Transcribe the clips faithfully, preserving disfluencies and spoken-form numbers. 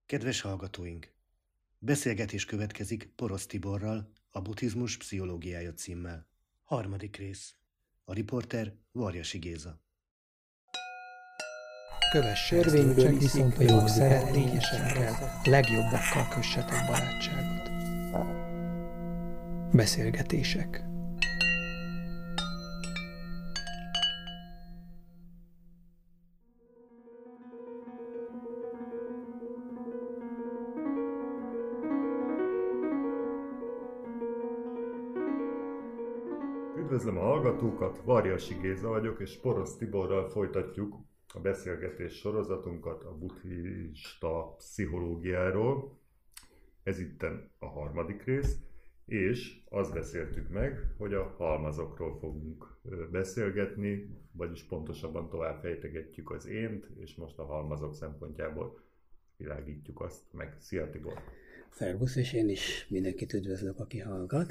Kedves hallgatóink! Beszélgetés következik Porosz Tiborral, a Buddhizmus pszichológiája címmel. Harmadik rész. A riporter Varjasi Géza. Kövesse ezt, csak viszont a jók szeretényesekkel, legjobbakkal kössetek barátságot. Beszélgetések. Üdvözlöm a hallgatókat, Varjasi Géza vagyok, és Porosz Tiborral folytatjuk a beszélgetés sorozatunkat a buddhista pszichológiáról. Ez itten a harmadik rész, és azt beszéltük meg, hogy a halmazokról fogunk beszélgetni, vagyis pontosabban tovább fejtegetjük az ént, és most a halmazok szempontjából világítjuk azt meg. Szia Tibor! Szervusz, és én is mindenkit üdvözlök, aki hallgat.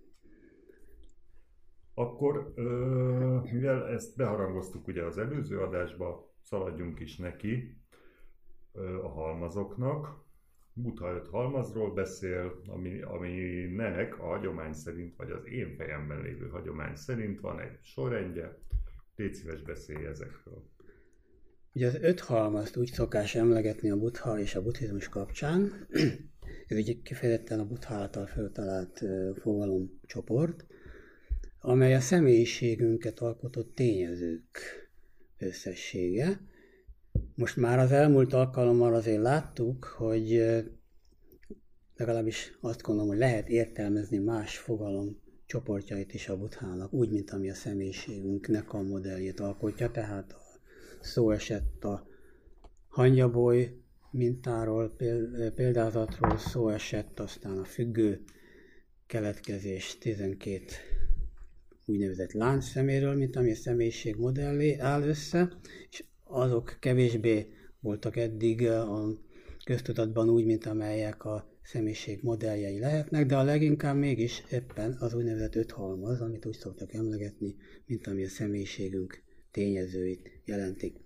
Akkor, mivel ezt beharangoztuk ugye az előző adásba, szaladjunk is neki a halmazoknak. Buddha öt halmazról beszél, ami, aminek a hagyomány szerint, vagy az én fejemben lévő hagyomány szerint van egy sorrendje. Légy szíves, beszélj ezekről. Ugye az öt halmazt úgy szokás emlegetni a Buddha és a buddhizmus kapcsán. Ez ugye kifejezetten a Buddha által feltalált fogalomcsoport, amely a személyiségünket alkotó tényezők összessége. Most már az elmúlt alkalommal azért láttuk, hogy legalábbis azt gondolom, hogy lehet értelmezni más fogalom csoportjait is a Buddhának, úgy, mint ami a személyiségünknek a modelljét alkotja, tehát a szó esett a hangyaboly mintáról, példázatról, szó esett aztán a függő keletkezés tizenkét úgynevezett láncszeméről, mint ami a személyiség modellé áll össze, és azok kevésbé voltak eddig a köztudatban úgy, mint amelyek a személyiség modelljei lehetnek, de a leginkább mégis éppen az úgynevezett öt halmaz, amit úgy szoktak emlegetni, mint ami a személyiségünk tényezőit jelentik.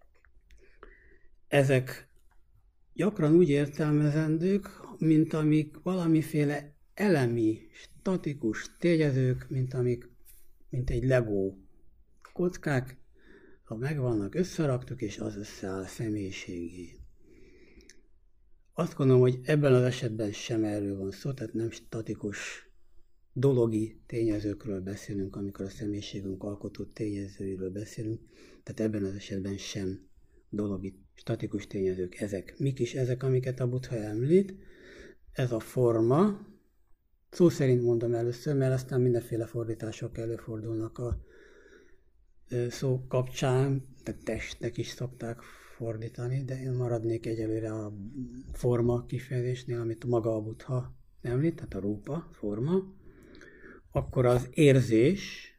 Ezek gyakran úgy értelmezendők, mint amik valamiféle elemi, statikus tényezők, mint amik mint egy Lego kockák, ha megvannak, összeraktuk, és az összeáll a személyiségé. Azt gondolom, hogy ebben az esetben sem erről van szó, tehát nem statikus dologi tényezőkről beszélünk, amikor a személyiségünk alkotó tényezőiről beszélünk, tehát ebben az esetben sem dologi, statikus tényezők. Ezek. Mik is ezek, amiket a Buddha említ? Ez a forma, szó szerint mondom először, mert aztán mindenféle fordítások előfordulnak a szó kapcsán, tehát testnek is szokták fordítani, de én maradnék egyelőre a forma kifejezésnél, amit maga a Buddha említ, tehát a rúpa, forma. Akkor az érzés,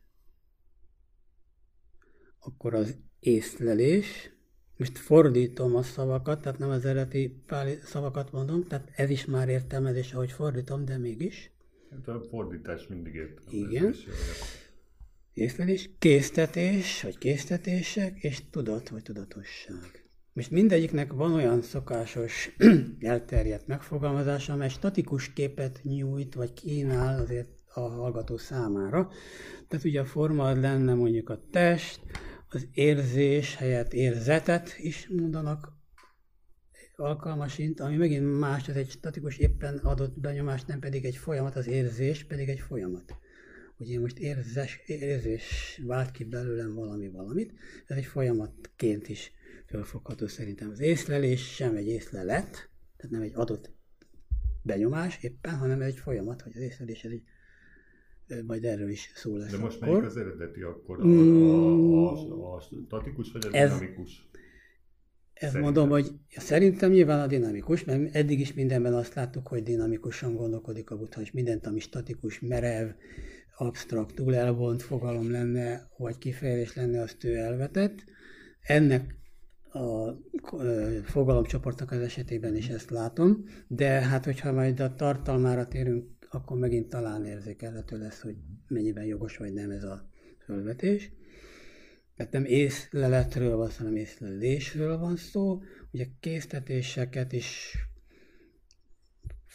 akkor az észlelés, most fordítom a szavakat, tehát nem az eredeti páli szavakat mondom, tehát ez is már értelmezés, ahogy fordítom, de mégis. A fordítás mindig értem. Igen. Észlelés, késztetés, vagy késztetések, és tudat, vagy tudatosság. Most mindegyiknek van olyan szokásos, elterjedt megfogalmazása, amely statikus képet nyújt, vagy kínál azért a hallgató számára. Tehát ugye a forma az lenne mondjuk a test, az érzés helyett érzetet is mondanak alkalmasint, ami megint más, ez egy statikus éppen adott benyomás, nem pedig egy folyamat, az érzés pedig egy folyamat. Ugye én most érzés, érzés vált ki belőlem valami valamit, ez egy folyamatként is felfogható szerintem. Az észlelés sem egy észlelet, tehát nem egy adott benyomás éppen, hanem egy folyamat, hogy az észlelés ez egy, majd erről is szó lesz. De most akkor. melyik az eredeti akkor? A, a, a, a statikus vagy a ez, dinamikus? Ez mondom, hogy szerintem nyilván a dinamikus, mert eddig is mindenben azt láttuk, hogy dinamikusan gondolkodik a Buddha, és mindent, ami statikus, merev, absztrakt, túl elvont fogalom lenne, vagy kifejezés lenne, azt ő elvetett. Ennek a fogalomcsoportnak az esetében is ezt látom, de hát hogyha majd a tartalmára térünk, akkor megint talán érzékelhető lesz, hogy mennyiben jogos vagy nem ez a fölvetés. Tehát nem észleletről van, hanem észlelésről van szó. Ugye késztetéseket is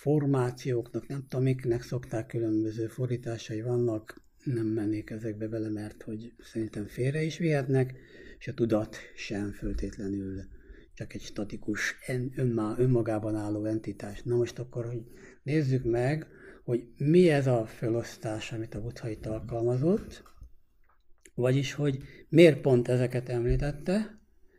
formációknak, nem tudom, amiknek szokták különböző fordításai vannak, nem mennék ezekbe bele, mert hogy szerintem félre is vihetnek, és a tudat sem föltétlenül csak egy statikus, önmá, önmagában álló entitás. Na most akkor, hogy nézzük meg, hogy mi ez a felosztás, amit a Buddha itt alkalmazott, vagyis, hogy miért pont ezeket említette,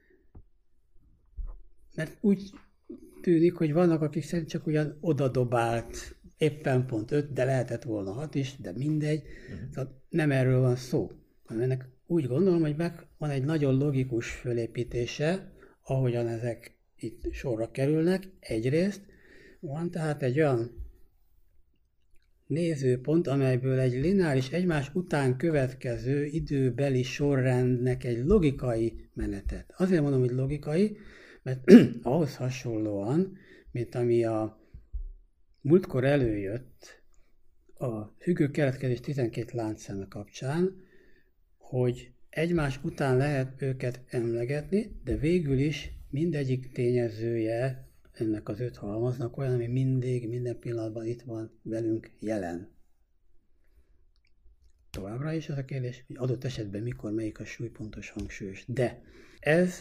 mert úgy tűnik, hogy vannak, akik szerint csak ugyan odadobált, éppen pont öt, de lehetett volna hat is, de mindegy. Uh-huh. Tehát nem erről van szó. Hanem ennek úgy gondolom, hogy meg van egy nagyon logikus fölépítése, ahogyan ezek itt sorra kerülnek. Egyrészt van tehát egy olyan nézőpont, amelyből egy lineáris egymás után következő időbeli sorrendnek egy logikai menetet. Azért mondom, hogy logikai, mert ahhoz hasonlóan, mint ami a múltkor előjött a függő keletkezés tizenkét láncszeme kapcsán, hogy egymás után lehet őket emlegetni, de végül is mindegyik tényezője ennek az öt halmaznak olyan, ami mindig, minden pillanatban itt van velünk jelen. Továbbra is az a kérdés, hogy adott esetben mikor, melyik a súlypontos hangsúlyos. De ez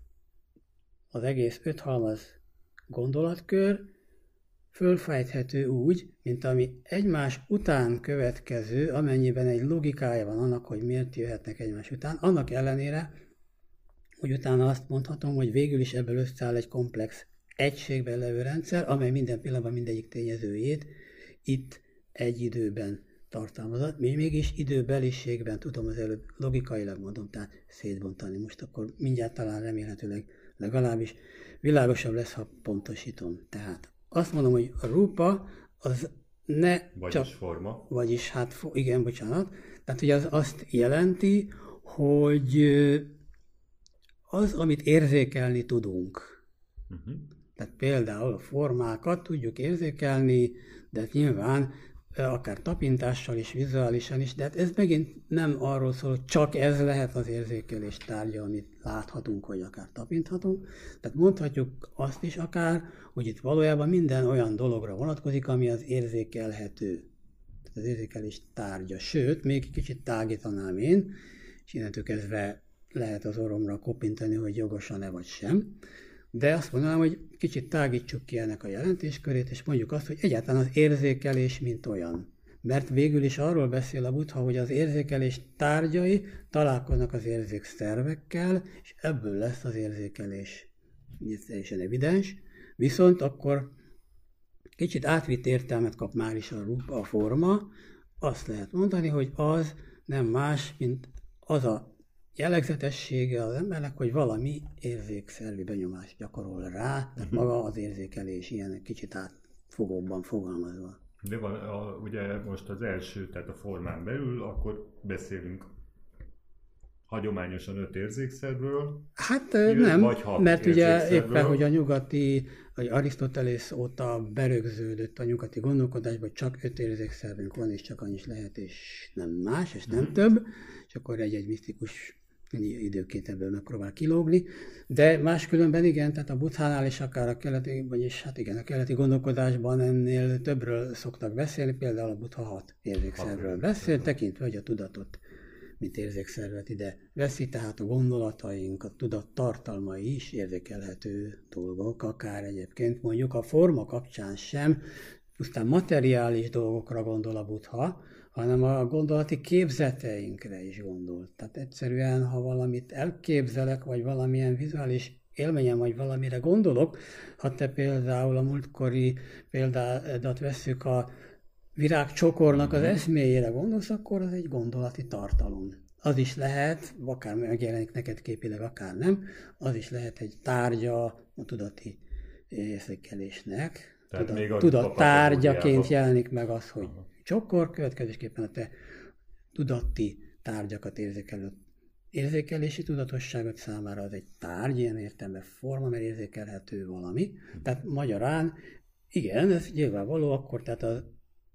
az egész öt halmaz gondolatkör fölfejthető úgy, mint ami egymás után következő, amennyiben egy logikája van annak, hogy miért jöhetnek egymás után, annak ellenére, hogy utána azt mondhatom, hogy végül is ebből összeáll egy komplex egységben levő rendszer, amely minden pillanatban mindegyik tényezőjét itt egy időben tartalmazott. Még mégis időbeliségben tudom az előbb logikailag mondom, tehát szétbontani. Most akkor mindjárt talán remélhetőleg legalábbis világosabb lesz, ha pontosítom. Tehát azt mondom, hogy a rupa az ne vagyis csak... forma. Vagyis hát, igen, bocsánat. Tehát hogy az azt jelenti, hogy az, amit érzékelni tudunk. Uh-huh. Tehát például a formákat tudjuk érzékelni, de nyilván akár tapintással is, vizuálisan is, de hát ez megint nem arról szól, hogy csak ez lehet az érzékelés tárgya, amit láthatunk, vagy akár tapinthatunk. Tehát mondhatjuk azt is akár, hogy itt valójában minden olyan dologra vonatkozik, ami az érzékelhető. Tehát az érzékelés tárgya. Sőt, még kicsit tágítanám én, és innentől kezdve lehet az orromra kopintani, hogy jogosan-e vagy sem. De azt mondanám, hogy kicsit tágítsuk ki ennek a jelentéskörét, és mondjuk azt, hogy egyáltalán az érzékelés mint olyan. Mert végül is arról beszél a Buddha, hogy az érzékelés tárgyai találkoznak az érzékszervekkel, és ebből lesz az érzékelés. Ez teljesen evidens. Viszont akkor kicsit átvitt értelmet kap már is a, rupa, a forma. Azt lehet mondani, hogy az nem más, mint az a jellegzetessége az embernek, hogy valami érzékszervi benyomást gyakorol rá, tehát maga az érzékelés ilyen kicsit átfogóbban fogalmazva. De van, a, ugye most az első, tehát a formán belül, akkor beszélünk hagyományosan öt érzékszervről. Hát jön, nem, mert ugye éppen, hogy a nyugati, vagy Arisztotelész óta berögződött a nyugati gondolkodásban, hogy csak öt érzékszervünk van, és csak annyi is lehet, és nem más, és nem hmm. több, és akkor egy-egy misztikus időként ebből megpróbál kilógni, de máskülönben igen, tehát a Buddhánál is akár a keleti, vagyis hát igen, a keleti gondolkodásban ennél többről szoktak beszélni, például a Buddha hat érzékszervről beszél, tekintve, hogy a tudatot, mint érzékszervet ide veszi, tehát a gondolataink, a tudat tartalmai is érzékelhető dolgok, akár egyébként mondjuk a forma kapcsán sem, pusztán materiális dolgokra gondol a Buddha, hanem a gondolati képzeteinkre is gondol. Tehát egyszerűen, ha valamit elképzelek, vagy valamilyen vizuális élményem, vagy valamire gondolok, ha te például a múltkori példádat vesszük, a virágcsokornak az eszméjére gondolsz, akkor az egy gondolati tartalom. Az is lehet, akár megjelenik neked képileg, akár nem, az is lehet egy tárgya a tudati érzékelésnek. Tudat, tudat tárgyaként jelenik meg az, hogy csokor, következésképpen a te tudati tárgyakat érzékelő érzékelési tudatosságot számára az egy tárgy, ilyen értelemben forma, mert érzékelhető valami. Tehát magyarán, igen, ez nyilvánvaló, akkor tehát az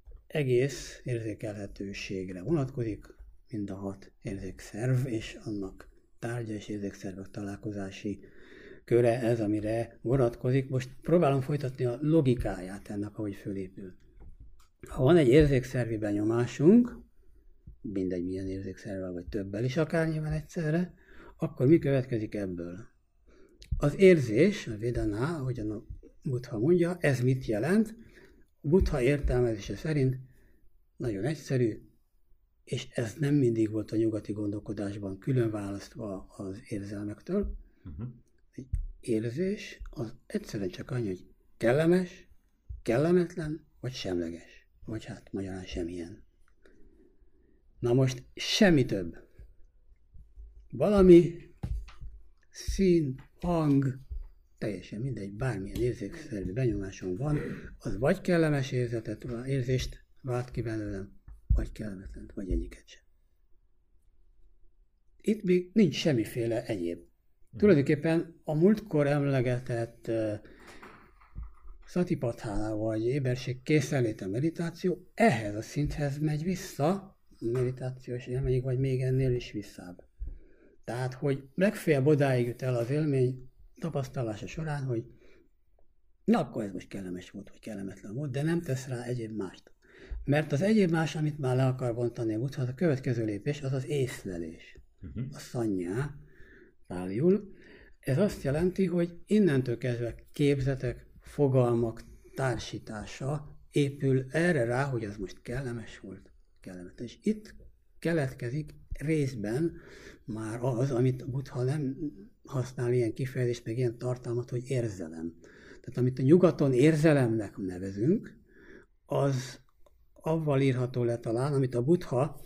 egész érzékelhetőségre vonatkozik, mind a hat érzékszerv, és annak tárgya és érzékszervek találkozási köre ez, amire vonatkozik. Most próbálom folytatni a logikáját ennek, ahogy fölépül. Ha van egy érzékszervi benyomásunk, mindegy milyen érzékszervvel, vagy többel is, akár nyilván egyszerre, akkor mi következik ebből? Az érzés, a vedana, ahogyan a Buddha mondja, ez mit jelent? A Buddha értelmezése szerint nagyon egyszerű, és ez nem mindig volt a nyugati gondolkodásban külön választva az érzelmektől. Uh-huh. Egy érzés az egyszerűen csak annyi, hogy kellemes, kellemetlen, vagy semleges. Vagy hát magyarán semmilyen. Na most semmi több. Valami szín, hang, teljesen mindegy, bármilyen érzékszerű benyomásom van, az vagy kellemes érzetet, érzést vált ki belőlem, vagy kellemetlen, vagy egyiket sem. Itt még nincs semmiféle egyéb. Mm. Tulajdonképpen a múltkor emlegetett uh, Satipatthana vagy éberség készenléte meditáció ehhez a szinthez megy vissza, meditációs élményig, vagy még ennél is visszább. Tehát, hogy legfeljebb odáig jut el az élmény tapasztalása során, hogy na akkor ez most kellemes volt, vagy kellemetlen volt, de nem tesz rá egyéb mást. Mert az egyéb más, amit már le akar bontani a Buddha, a következő lépés, az az észlelés. Uh-huh. A szannyá, páliul. Ez azt jelenti, hogy innentől kezdve képzetek, fogalmak társítása épül erre rá, hogy az most kellemes volt, kellemetlen. És itt keletkezik részben már az, amit a Buddha nem használ ilyen kifejezést, meg ilyen tartalmat, hogy érzelem. Tehát amit a nyugaton érzelemnek nevezünk, az avval írható le talán, amit a Buddha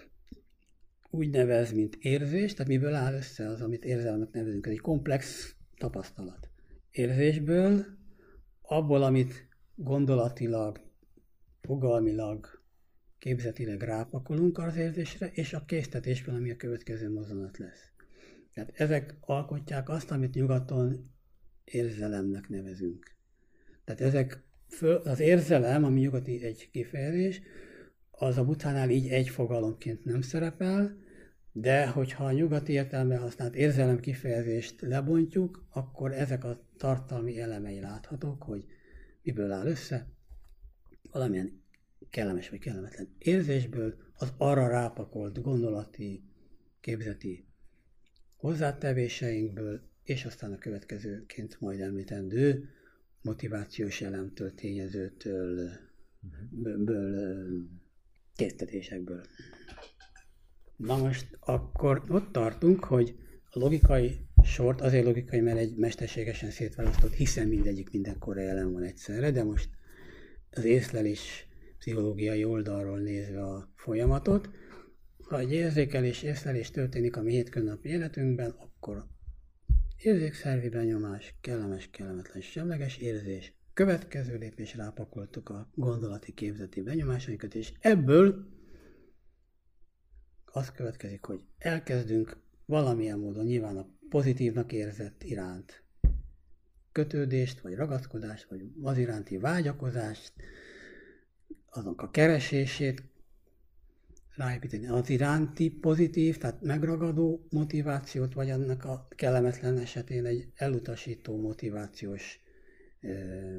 úgy nevez, mint érzés, tehát miből áll össze az, amit érzelemnek nevezünk. Ez egy komplex tapasztalat. Érzésből, abból, amit gondolatilag, fogalmilag, képzetileg rápakolunk az érzésre, és a késztetésből, ami a következő mozzanat lesz. Tehát ezek alkotják azt, amit nyugaton érzelemnek nevezünk. Tehát ezek föl, az érzelem, ami nyugati egy kifejezés, az a Buddhánál így egy fogalomként nem szerepel, de hogyha a nyugati értelemben használt érzelem kifejezést lebontjuk, akkor ezek a tartalmi elemei láthatók, hogy miből áll össze, valamilyen kellemes vagy kellemetlen érzésből, az arra rápakolt gondolati, képzeti hozzátevéseinkből, és aztán a következőként majd említendő motivációs elemtől, tényezőtől, ből, ből, késztetésekből. Na most akkor ott tartunk, hogy a logikai sort, azért logikai, mert egy mesterségesen szétválasztott, hiszen mindegyik mindenkorra jelen van egyszerre, de most az észlelés pszichológiai oldalról nézve a folyamatot, ha egy érzékelés, észlelés történik a mi hétköznapi életünkben, akkor érzékszervi benyomás, kellemes, kellemetlen, semleges érzés. Következő lépés rápakoltuk a gondolati, képzeti benyomásainkat, és ebből az következik, hogy elkezdünk valamilyen módon nyilván a pozitívnak érzett iránt kötődést, vagy ragaszkodást, vagy az iránti vágyakozást, azok a keresését ráépíteni, az iránti pozitív, tehát megragadó motivációt, vagy annak a kellemetlen esetén egy elutasító motivációs ö,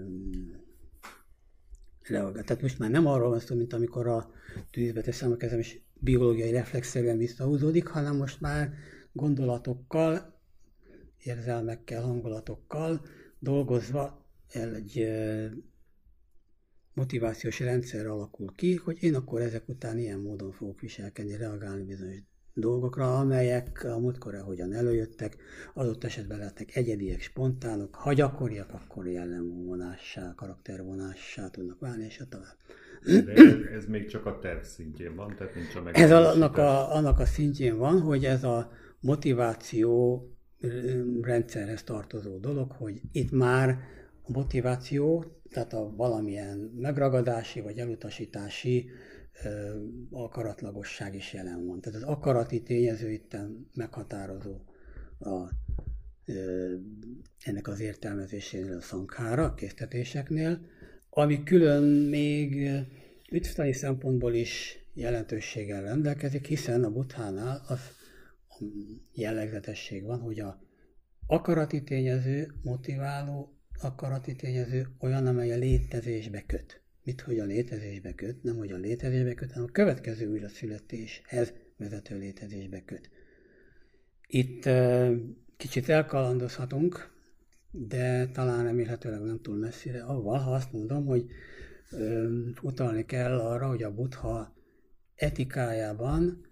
reagál. Tehát most már nem arról van szó, mint amikor a tűzbe teszem a kezem, és biológiai reflexzerűen visszahúzódik, hanem most már gondolatokkal, érzelmekkel, hangulatokkal dolgozva el egy ö, motivációs rendszer alakul ki, hogy én akkor ezek után ilyen módon fogok viselkedni, reagálni bizonyos dolgokra, amelyek a múltkor hogyan előjöttek, adott esetben lehetnek egyediek, spontánok, ha gyakoriak, akkor jellemvonássá, karaktervonássá tudnak válni, és a tovább. De ez, ez még csak a terv szintjén van, tehát nincs a Ez annak a, annak a szintjén van, hogy ez a motiváció rendszerhez tartozó dolog, hogy itt már a motiváció, tehát a valamilyen megragadási vagy elutasítási ö, akaratlagosság is jelen van. Tehát az akarati tényező itt meghatározó a, ö, ennek az értelmezésénél, a szankhára, a késztetéseknél, ami külön még üdvtani szempontból is jelentőséggel rendelkezik, hiszen a Buddhánál az jellegzetesség van, hogy a akarati tényező, motiváló akarati tényező olyan, amely a létezésbe köt. Mit, hogy a létezésbe köt? Nem, hogy a létezésbe köt, hanem a következő újraszületéshez vezető létezésbe köt. Itt uh, kicsit elkalandozhatunk, de talán remélhetőleg nem túl messzire, avval, ha azt mondom, hogy uh, utalni kell arra, hogy a Buddha etikájában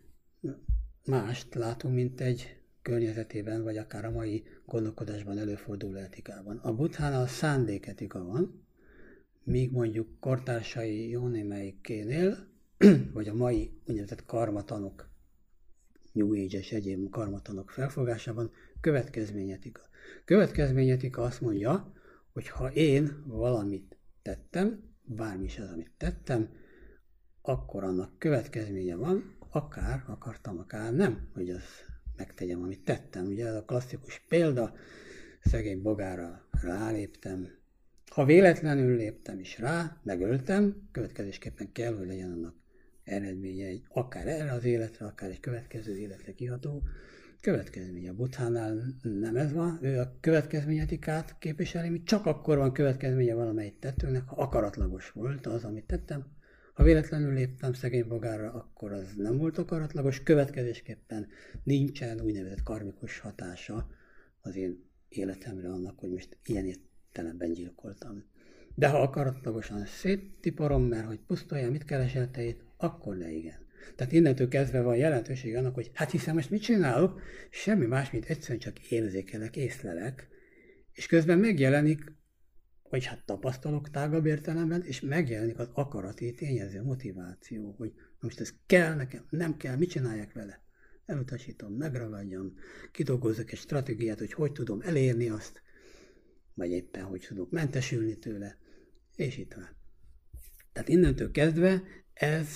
mást látunk, mint egy környezetében, vagy akár a mai gondolkodásban előforduló etikában. A Buddhánál szándéketika van, míg mondjuk kortársai jó némelyikénél, vagy a mai úgynevezett karmatanok, New Age-es egyéb karmatanok felfogásában következményetika. Következményetika azt mondja, hogy ha én valamit tettem, bármi is az, amit tettem, akkor annak következménye van, akár akartam, akár nem, hogy az megtegyem, amit tettem. Ugye ez a klasszikus példa, szegény bogára ráléptem. Ha véletlenül léptem is rá, megöltem, következésképpen kell, hogy legyen annak eredménye, egy, akár erre az életre, akár egy következő életre kiható következménye. A Buddhánál nem ez van, ő a következményetikát képviseli, mi csak akkor van következménye valamelyik tettőnek, ha akaratlagos volt az, amit tettem. Ha véletlenül léptem szegény bogára, akkor az nem volt akaratlagos, következésképpen nincsen úgynevezett karmikus hatása az én életemre annak, hogy most ilyen értelemben gyilkoltam. De ha akaratlagosan széttiporom, mert hogy pusztulja, mit keresel te itt, akkor ne igen. Tehát innentől kezdve van jelentőség annak, hogy hát hiszen most mit csinálok, semmi más, mint egyszerűen csak érzékelek, észlelek, és közben megjelenik, vagy hát tapasztalok tágabb értelemben, és megjelenik az akarati tényező, motiváció, hogy most ez kell nekem, nem kell, mit csináljak vele? Elutasítom, megragadjam, kidolgozzak egy stratégiát, hogy hogy tudom elérni azt, vagy éppen hogy tudok mentesülni tőle, és itt van. Tehát innentől kezdve ez,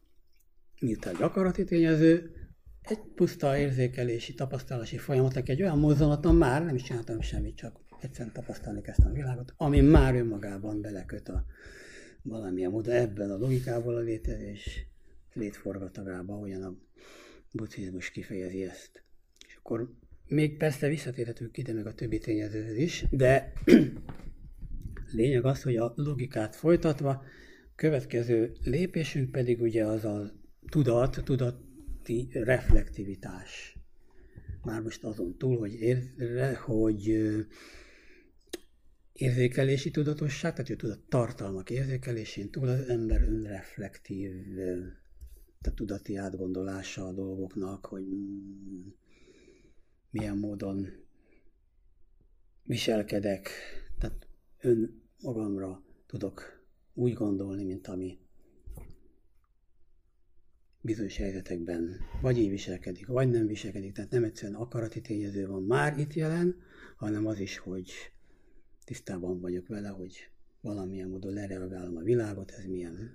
miután egy akarati tényező, egy puszta érzékelési, tapasztalási folyamatnak egy olyan mozzanaton már nem is csináltam semmit, csak egyszerűen tapasztalni kezdtem a világot, ami már önmagában beleköt a valamilyen módon ebben a logikából a létezés létforgatagába, ahogyan a buddhizmus kifejezi ezt. És akkor még persze visszatérhetünk ide meg a többi tényezőhöz is, de lényeg az, hogy a logikát folytatva, következő lépésünk pedig ugye az a tudat, tudati reflektivitás. Már most azon túl, hogy, ér, hogy érzékelési tudatosság, tehát hogy a tartalmak érzékelésén túl az ember önreflektív, tehát tudati átgondolása a dolgoknak, hogy milyen módon viselkedek, tehát önmagamra tudok úgy gondolni, mint ami bizonyos helyzetekben vagy így viselkedik, vagy nem viselkedik. Tehát nem egyszerűen akarati tényező van már itt jelen, hanem az is, hogy tisztában vagyok vele, hogy valamilyen módon lereagálom a világot, ez milyen.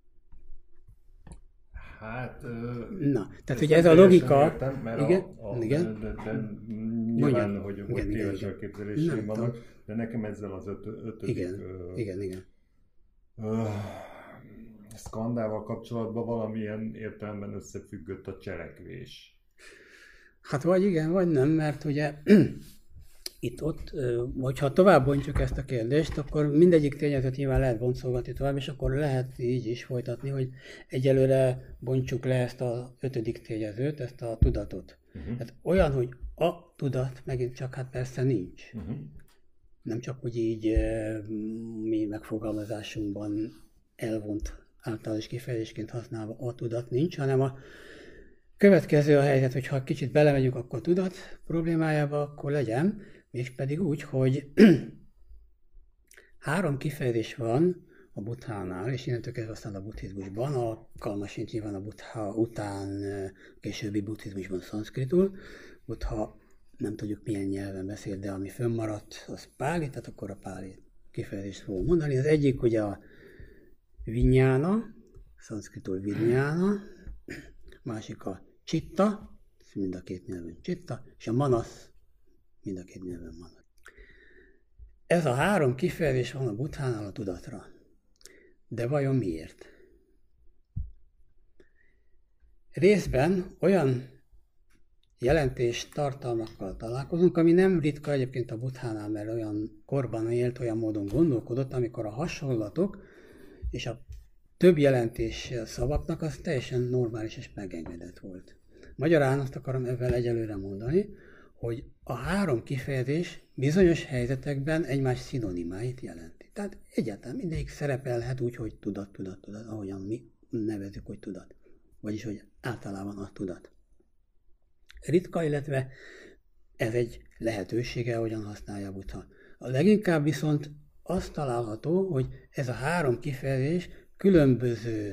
Hát... Na, tehát hogy ez a logika... Értem, mert igen, a, a, igen. De, de, de nyilván, Mondja. hogy, Igen, hogy igen, téves igen. elképzeléseim vannak, de nekem ezzel az öt, ötödik... Igen, ö, igen, igen. Ö, szkandával kapcsolatban valamilyen értelemben összefüggött a cselekvés. Hát vagy igen, vagy nem, mert ugye itt-ott, hogyha tovább bontjuk ezt a kérdést, akkor mindegyik tényezőt nyilván lehet boncolgatni tovább, és akkor lehet így is folytatni, hogy egyelőre bontsuk le ezt az ötödik tényezőt, ezt a tudatot. Uh-huh. Tehát olyan, hogy a tudat megint csak hát persze nincs. Uh-huh. Nem csak, hogy így mi megfogalmazásunkban elvont általános kifejezésként használva a tudat nincs, hanem a következő a helyzet, hogy ha kicsit belemegyünk akkor a tudat problémájába, akkor legyen, mégpedig úgy, hogy három kifejezés van a Buddhánál, és innentől kezdve aztán a buddhizmusban, alkalmasint nyilván a Buddha után későbbi buddhizmusban szanszkritul. Buddha nem tudjuk milyen nyelven beszél, de ami fönnmaradt, az páli, tehát akkor a páli kifejezést fogom mondani. Az egyik ugye a vinyána, szanszkritul vinyána, másik a citta, mind a két nyelven citta, és a manasz, mind a két nyelven manasz. Ez a három kifejezés van a Buddhánál a tudatra. De vajon miért? Részben olyan jelentés tartalmakkal találkozunk, ami nem ritka egyébként a Buddhánál, mert olyan korban élt, olyan módon gondolkodott, amikor a hasonlatok és a több jelentés szavaknak az teljesen normális és megengedett volt. Magyarán azt akarom ezzel egyelőre mondani, hogy a három kifejezés bizonyos helyzetekben egymás szinonimáit jelenti. Tehát egyáltalán mindegyik szerepelhet úgy, hogy tudat, tudat, tudat, ahogyan mi nevezzük, hogy tudat. Vagyis, hogy általában a tudat. Ritka, illetve ez egy lehetősége, hogyan használja a Buddha. A leginkább viszont azt található, hogy ez a három kifejezés különböző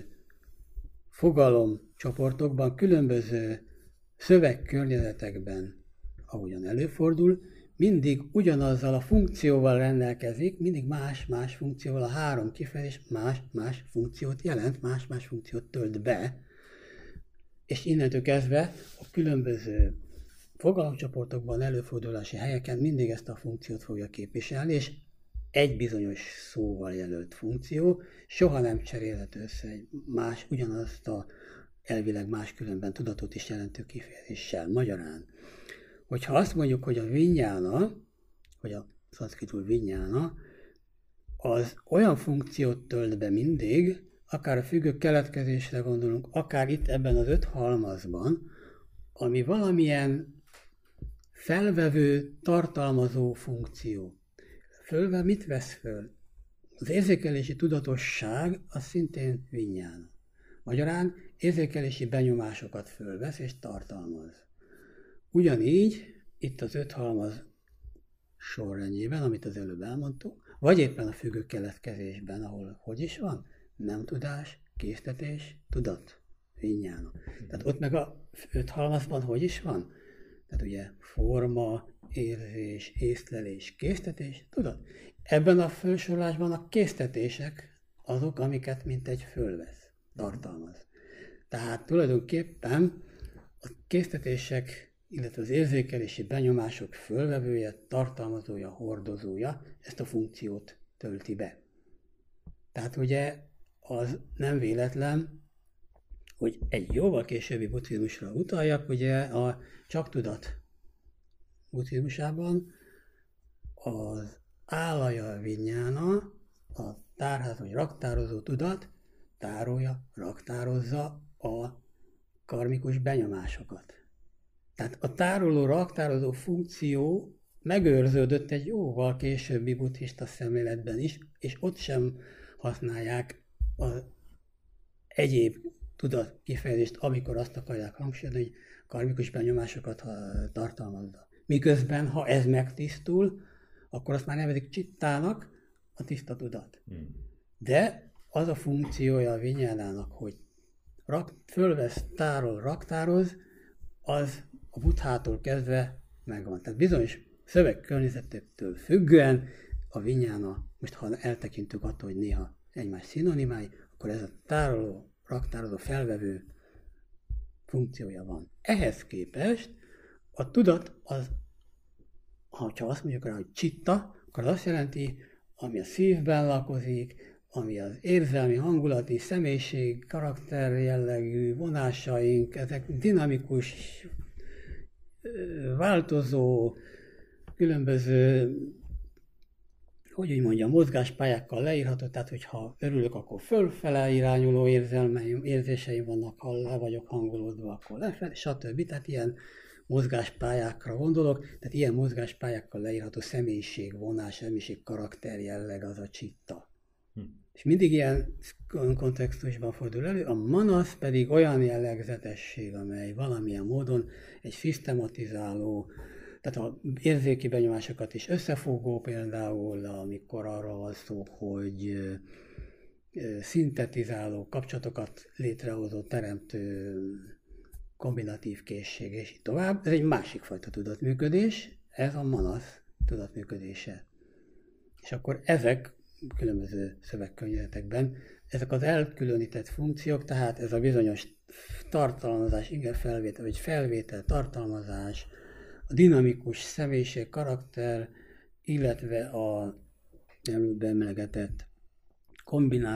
fogalomcsoportokban, különböző szövegkörnyezetekben, ahogyan előfordul, mindig ugyanazzal a funkcióval rendelkezik, mindig más-más funkcióval, a három kifejezés más-más funkciót jelent, más-más funkciót tölt be, és innentől kezdve a különböző fogalomcsoportokban, előfordulási helyeken mindig ezt a funkciót fogja képviselni, és egy bizonyos szóval jelölt funkció soha nem cserélhető össze egy más, ugyanazt a elvileg máskülönben tudatot is jelentő kifejezéssel. Magyarán, hogyha azt mondjuk, hogy a vinyána, vagy a szanszkritul vinyána, az olyan funkciót tölt be mindig, akár a függő keletkezésre gondolunk, akár itt ebben az öt halmazban, ami valamilyen felvevő, tartalmazó funkció. Fölve mit vesz föl? Az érzékelési tudatosság az szintén vinyána. Magyarán érzékelési benyomásokat fölvesz és tartalmaz. Ugyanígy itt az öt halmaz sorrendjében, amit az előbb elmondtuk, vagy éppen a függő keletkezésben, ahol hogy is van? Nem tudás, késztetés, tudat, vinyána. Tehát ott meg a öt halmazban hogy is van? Tehát ugye forma, érzés, észlelés, késztetés, tudat. Ebben a felsorolásban a késztetések azok, amiket mintegy fölvesz, tartalmaz. Tehát tulajdonképpen a késztetések, illetve az érzékelési benyomások fölvevője, tartalmazója, hordozója ezt a funkciót tölti be. Tehát ugye az nem véletlen, hogy egy jóval későbbi buddhizmusra utaljak, ugye a csak tudat buddhizmusában az álaja vinyána, a tárház vagy raktározó tudat tárolja, raktározza a karmikus benyomásokat. Tehát a tároló, raktározó funkció megőrződött egy jóval későbbi buddhista szemléletben is, és ott sem használják az egyéb tudat kifejezést, amikor azt akarják hangsúlyozni, hogy karmikus benyomásokat tartalmazza. Miközben, ha ez megtisztul, akkor azt már nevezik csittának, a tiszta tudat. De az a funkciója a vinyánának, hogy rak, fölvesz, tárol, raktároz, az a Buddhától kezdve megvan. Tehát bizonyos szövegkörnyezetektől függően a vinyána, most ha eltekintünk attól, hogy néha egymás szinonimái, akkor ez a tároló, raktározó, felvevő funkciója van. Ehhez képest a tudat az, ha azt mondjuk rá, hogy csitta, akkor az azt jelenti, ami a szívben lakozik, ami az érzelmi, hangulati, személyiség, karakter jellegű vonásaink, ezek dinamikus, változó, különböző, hogy úgy mondjam, mozgáspályákkal leírható, tehát hogyha örülök, akkor fölfele irányuló érzelmeim, érzéseim vannak, ha le vagyok hangolódva, akkor lefelé, stb. Tehát ilyen mozgáspályákra gondolok, tehát ilyen mozgáspályákkal leírható személyiség, vonás, személyiség, karakter jelleg az a csitta. Hm. És mindig ilyen kontextusban fordul elő, a manasz pedig olyan jellegzetesség, amely valamilyen módon egy szisztematizáló, tehát az érzéki benyomásokat is összefogó, például amikor arról van szó, hogy szintetizáló kapcsolatokat létrehozó, teremtő kombinatív készség, és így tovább. Ez egy másik fajta tudatműködés, ez a manasz tudatműködése. És akkor ezek különböző szövegkörnyezetekben, ezek az elkülönített funkciók, tehát ez a bizonyos tartalmazás, igen felvétel, vagy felvétel, tartalmazás, a dinamikus személyiség, karakter, illetve a előbb emlegetett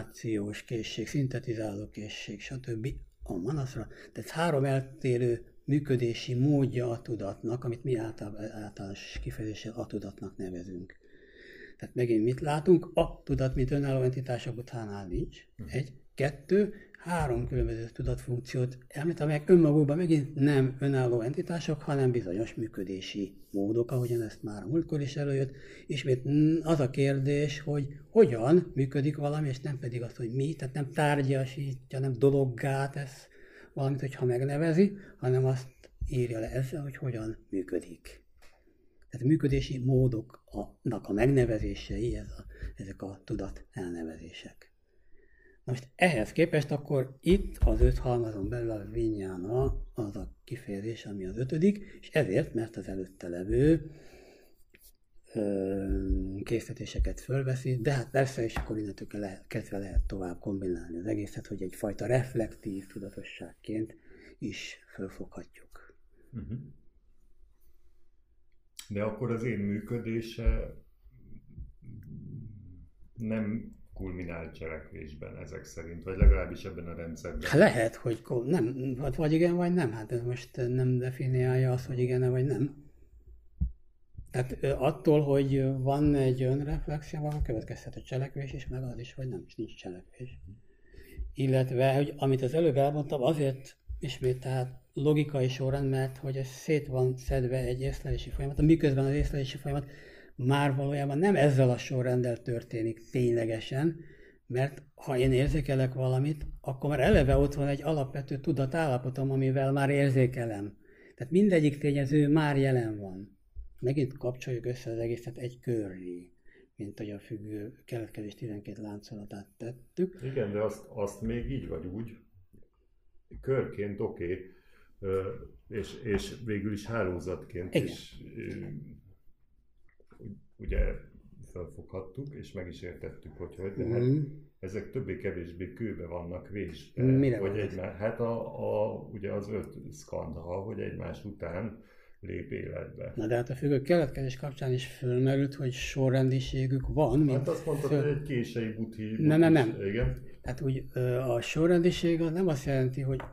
kombinációs készség, szintetizáló készség, stb. A manaszra. Tehát három eltérő működési módja a tudatnak, amit mi általános kifejezéssel a tudatnak nevezünk. Tehát megint mit látunk? A tudat, mint önálló entitás a buddhánál nincs. Egy, kettő, három különböző tudatfunkciót említ, amelyek önmagukban megint nem önálló entitások, hanem bizonyos működési módok, ahogyan ezt már a múltkor is előjött. Ismét az a kérdés, hogy hogyan működik valami, és nem pedig az, hogy mi, tehát nem tárgyasítja, nem dologgá tesz valamit, hogyha megnevezi, hanem azt írja le ezzel, hogy hogyan működik. Tehát a működési módoknak a megnevezései, ez a, ezek a tudat elnevezések. Most ehhez képest akkor itt az öt halmazon belül a vinyána az a kifejezés, ami az ötödik, és ezért, mert az előtte levő ö, készletéseket fölveszi, de hát persze, és akkor innentől lehet, kezdve lehet tovább kombinálni az egészet, hogy egyfajta reflektív tudatosságként is fölfoghatjuk. Uh-huh. De akkor az én működése nem kulminált cselekvésben ezek szerint, vagy legalábbis ebben a rendszerben. Lehet, hogy nem, vagy igen, vagy nem. Hát ez most nem definiálja azt, hogy igen vagy nem. Tehát attól, hogy van egy önreflexió, van következhet a cselekvés is, meg az is, hogy nem, és nincs cselekvés. Illetve, hogy amit az előbb elmondtam, azért ismét tehát logikai sorrend, mert hogy ez szét van szedve egy észlelési folyamat, miközben az észlelési folyamat már valójában nem ezzel a sorrenddel történik ténylegesen, mert ha én érzékelek valamit, akkor már eleve ott van egy alapvető tudatállapotom, amivel már érzékelem. Tehát mindegyik tényező már jelen van. Megint kapcsoljuk össze az egészet egy körré, mint hogy a függő keletkezés tizenkét láncolatát tettük. Igen, de azt, azt még így vagy úgy, körként oké, okay, és, és végül is hálózatként igen. is ugye felfoghattuk, és meg is értettük, hogy hogy, de hát mm. ezek többé-kevésbé kőbe vannak vésve. Mire hogy van egymás, hát a, a, ugye az öt skandha, hogy egymás után lép életbe. Na de hát a függő keletkezés kapcsán is fölmerült, hogy sorrendiségük van. Hát azt mondtad, föl... hogy egy kései buddhi. Nem, nem, nem. Igen. Tehát úgy a sorrendiség az nem azt jelenti, hogy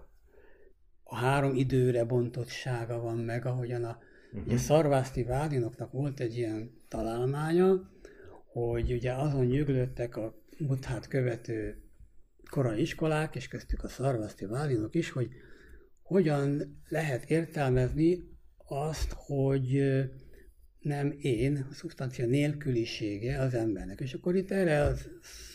a három időre bontottsága van meg, ahogyan a Uh-huh. Ugye Szarvászti Vádinoknak volt egy ilyen találmánya, hogy ugye azon nyöglődtek a buddhát követő korai iskolák, és köztük a Szarvászti Vádinok is, hogy hogyan lehet értelmezni azt, hogy nem én, a szubstancia nélkülisége az embernek. És akkor itt erre az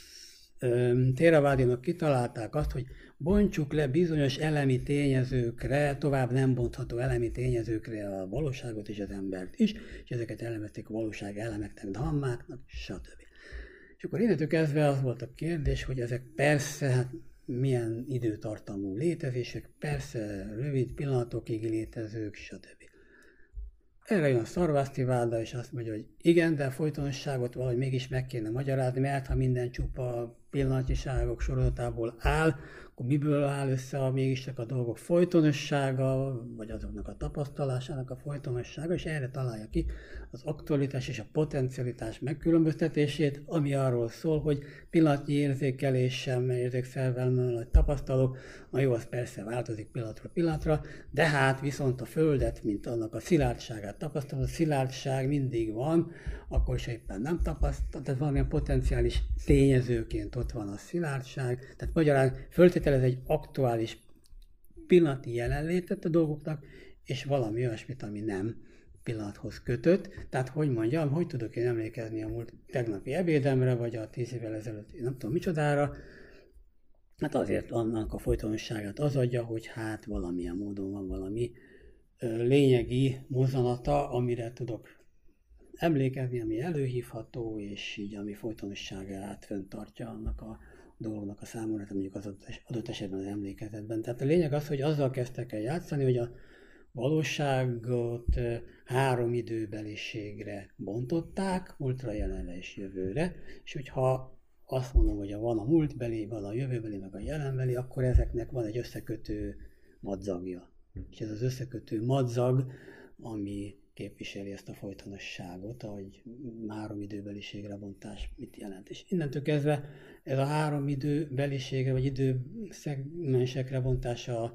Théravádinok kitalálták azt, hogy bontsuk le bizonyos elemi tényezőkre, tovább nem bontható elemi tényezőkre a valóságot és az embert is, és ezeket elemezték a valóság elemeknek, dhammáknak, stb. És akkor innentől kezdve az volt a kérdés, hogy ezek persze, hát milyen időtartamú létezések, persze rövid pillanatokig létezők, stb. Erre jön a Szarvászti Váda, és azt mondja, hogy igen, de a folytonosságot valahogy mégis meg kéne magyarázni, mert ha minden csupa pillanatnyiságok sorozatából áll, akkor miből áll össze a mégiscsak a dolgok folytonossága, vagy azoknak a tapasztalásának a folytonossága, és erre találja ki az aktualitás és a potencialitás megkülönböztetését, ami arról szól, hogy pillanatnyi érzékeléssel, érzékszervel, hogy tapasztalok, na jó, az persze változik pillanatról pillanatra, de hát viszont a Földet, mint annak a szilárdságát tapasztalom, a szilárdság mindig van, akkor is éppen nem tapasztal, tehát valamilyen potenciális tényezőként ott van a szilárdság, tehát magyarán föltételez egy aktuális pillanati jelenlétet a dolgoknak, és valami olyasmit, ami nem pillanathoz kötött. Tehát, hogy mondjam, hogy tudok én emlékezni a múlt tegnapi ebédemre, vagy a tíz évvel ezelőtt, nem tudom micsodára, hát azért annak a folytonosságát az adja, hogy hát valamilyen módon van valami lényegi mozzanata, amire tudok emlékezni, ami előhívható, és így ami folytonosságát fenntartja annak a dolognak a számomra, mondjuk az adott esetben az emlékezetben. Tehát a lényeg az, hogy azzal kezdtek el játszani, hogy a valóságot három időbeliségre bontották, múltra, jelenre és jövőre, és hogyha azt mondom, hogy van a múltbeli, van a jövőbeli, meg a jelenbeli, akkor ezeknek van egy összekötő madzagja. És ez az összekötő madzag, ami képviseli ezt a folytonosságot, ahogy három időbeliségre bontás mit jelent. És innentől kezdve ez a három időbeliségre, vagy időszegmensekre bontása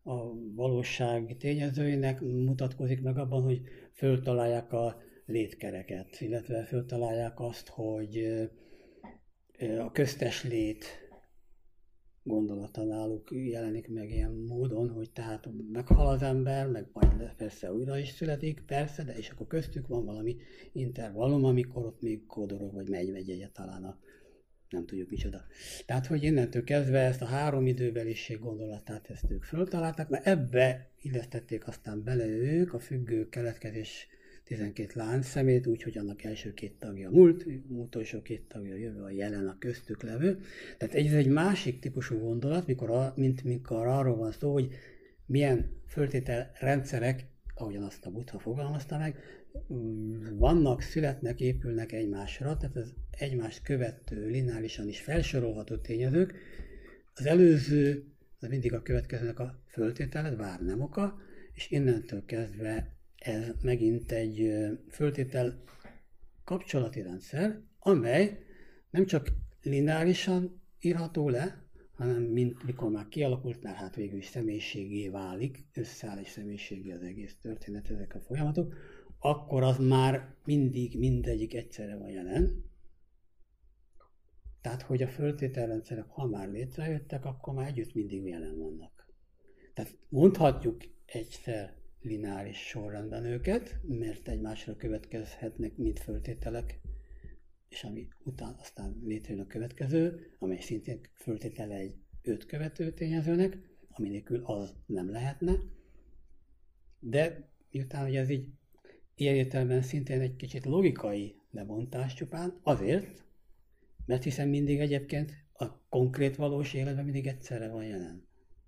a valóság tényezőinek mutatkozik meg abban, hogy föltalálják a létkereket, illetve föltalálják azt, hogy a köztes lét gondolata náluk jelenik meg ilyen módon, hogy tehát meghal az ember, meg majd persze újra is születik, persze, de és akkor köztük van valami intervallum, amikor ott még kódorog, vagy megy, megy egyáltalán a nem tudjuk micsoda. Tehát, hogy innentől kezdve ezt a három időbeliség gondolatát ezt ők föltalálták, mert ebbe illesztették aztán bele ők a függő keletkezés tizenkét láncszemét, úgyhogy annak első két tagja a múlt, utolsó két tagja a jövő, a jelen, a köztük levő. Tehát ez egy másik típusú gondolat, mikor a, mint mikor arról van szó, hogy milyen föltételrendszerek, ahogyan azt a Buddha fogalmazta meg, vannak, születnek, épülnek egymásra, tehát az egymást követő, lineárisan is felsorolható tényezők. Az előző, az mindig a következőnek a föltételed, vár nem oka, és innentől kezdve ez megint egy föltétel kapcsolati rendszer, amely nem csak lineárisan írható le, hanem mint mikor már kialakult, mert hát végül is személyiségé válik, összeáll egy személyiségé az egész történet, ezek a folyamatok, akkor az már mindig mindegyik egyszerre van jelen. Tehát, hogy a föltételrendszerek, ha már létrejöttek, akkor már együtt mindig jelen vannak. Tehát mondhatjuk egyszer lineáris sorrendben őket, mert egymásra következhetnek, mint föltételek, és ami után aztán létrejön a következő, amely szintén föltétele egy öt követő tényezőnek, ami nélkül az nem lehetne. De miután hogy ez így ilyen értelemben szintén egy kicsit logikai lebontás csupán, azért, mert hiszen mindig egyébként a konkrét valós életben mindig egyszerre van jelen.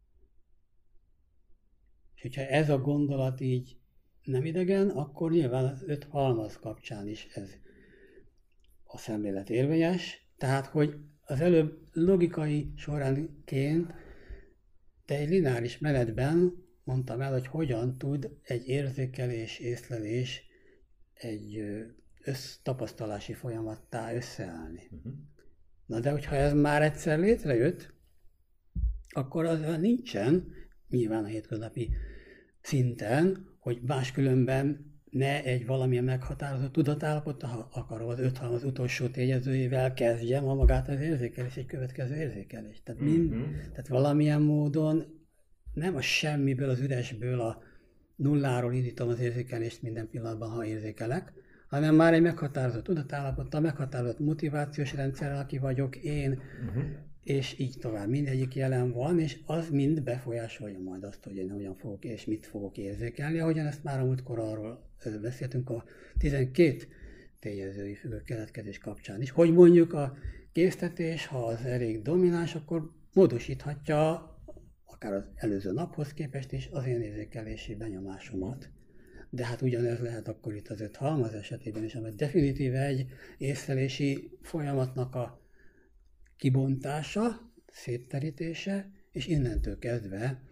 És hogyha ez a gondolat így nem idegen, akkor nyilván az öt halmaz kapcsán is ez a szemlélet érvényes. Tehát, hogy az előbb logikai sorrendként, de egy lineáris menetben mondtam el, hogy hogyan tud egy érzékelés, észlelés egy össztapasztalási folyamattá összeállni. Uh-huh. Na de hogyha ez már egyszer létrejött, akkor az nincsen, nyilván a hétköznapi szinten, hogy máskülönben ne egy valamilyen meghatározott tudatállapot, ha akarom az öt halmaz utolsó tényezőjével kezdjem a magát az érzékelés, egy következő érzékelés. Tehát, mind, uh-huh. tehát valamilyen módon nem a semmiből, az üresből, a nulláról indítom az érzékelést minden pillanatban, ha érzékelek, hanem már egy meghatározott tudatállapottal, meghatározott motivációs rendszerrel, aki vagyok én, uh-huh. és így tovább. Mindegyik jelen van, és az mind befolyásolja majd azt, hogy én hogyan fogok és mit fogok érzékelni. Ahogyan ezt már a múltkor arról beszéltünk a tizenkét tényezői függő keletkezés kapcsán is, hogy mondjuk a késztetés, ha az elég domináns, akkor módosíthatja akár az előző naphoz képest is az én érzékelési benyomásomat. De hát ugyanez lehet akkor itt az öt halmaz esetében is, amely definitíve egy észlelési folyamatnak a kibontása, szétterítése, és innentől kezdve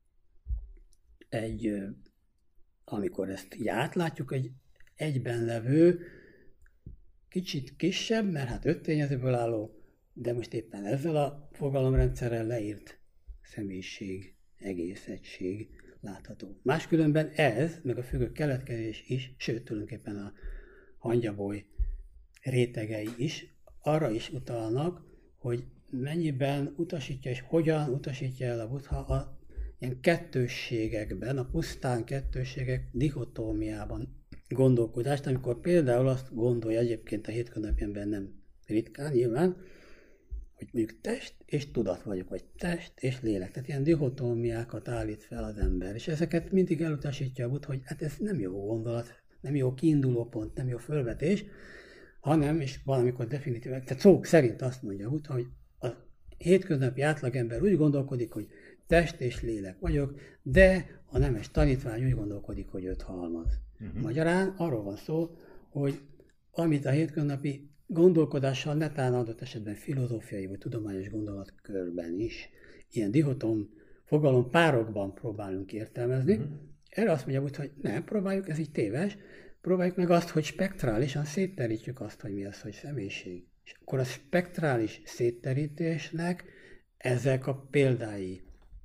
egy, amikor ezt így átlátjuk, egy egyben levő, kicsit kisebb, mert hát öt tényezőből álló, de most éppen ezzel a fogalomrendszerrel leírt személyiség, egész egység látható. Máskülönben ez, meg a függő keletkezés is, sőt tulajdonképpen a hangyaboly rétegei is arra is utalnak, hogy mennyiben utasítja és hogyan utasítja el a Buddha a ilyen kettősségekben, a pusztán kettősségek dichotómiában gondolkodást, amikor például azt gondolja egyébként a hétköznapi ember nem ritkán nyilván, hogy mondjuk test és tudat vagyok, vagy test és lélek. Tehát ilyen dichotómiákat állít fel az ember. És ezeket mindig elutasítja a Buddha, hogy hát ez nem jó gondolat, nem jó kiinduló pont, nem jó fölvetés, hanem, és valamikor definitíve, tehát szó szerint azt mondja a Buddha, hogy a hétköznapi átlagember úgy gondolkodik, hogy test és lélek vagyok, de a nemes tanítvány úgy gondolkodik, hogy öt halmaz. Uh-huh. Magyarán arról van szó, hogy amit a hétköznapi gondolkodással, netán adott esetben filozófiai vagy tudományos gondolatkörben is ilyen dihotom fogalom párokban próbálunk értelmezni. Uh-huh. Erre azt mondja, hogy nem, próbáljuk, ez így téves, próbáljuk meg azt, hogy spektrálisan szétterítjük azt, hogy mi az, hogy személyiség. És akkor a spektrális szétterítésnek ezek a példái.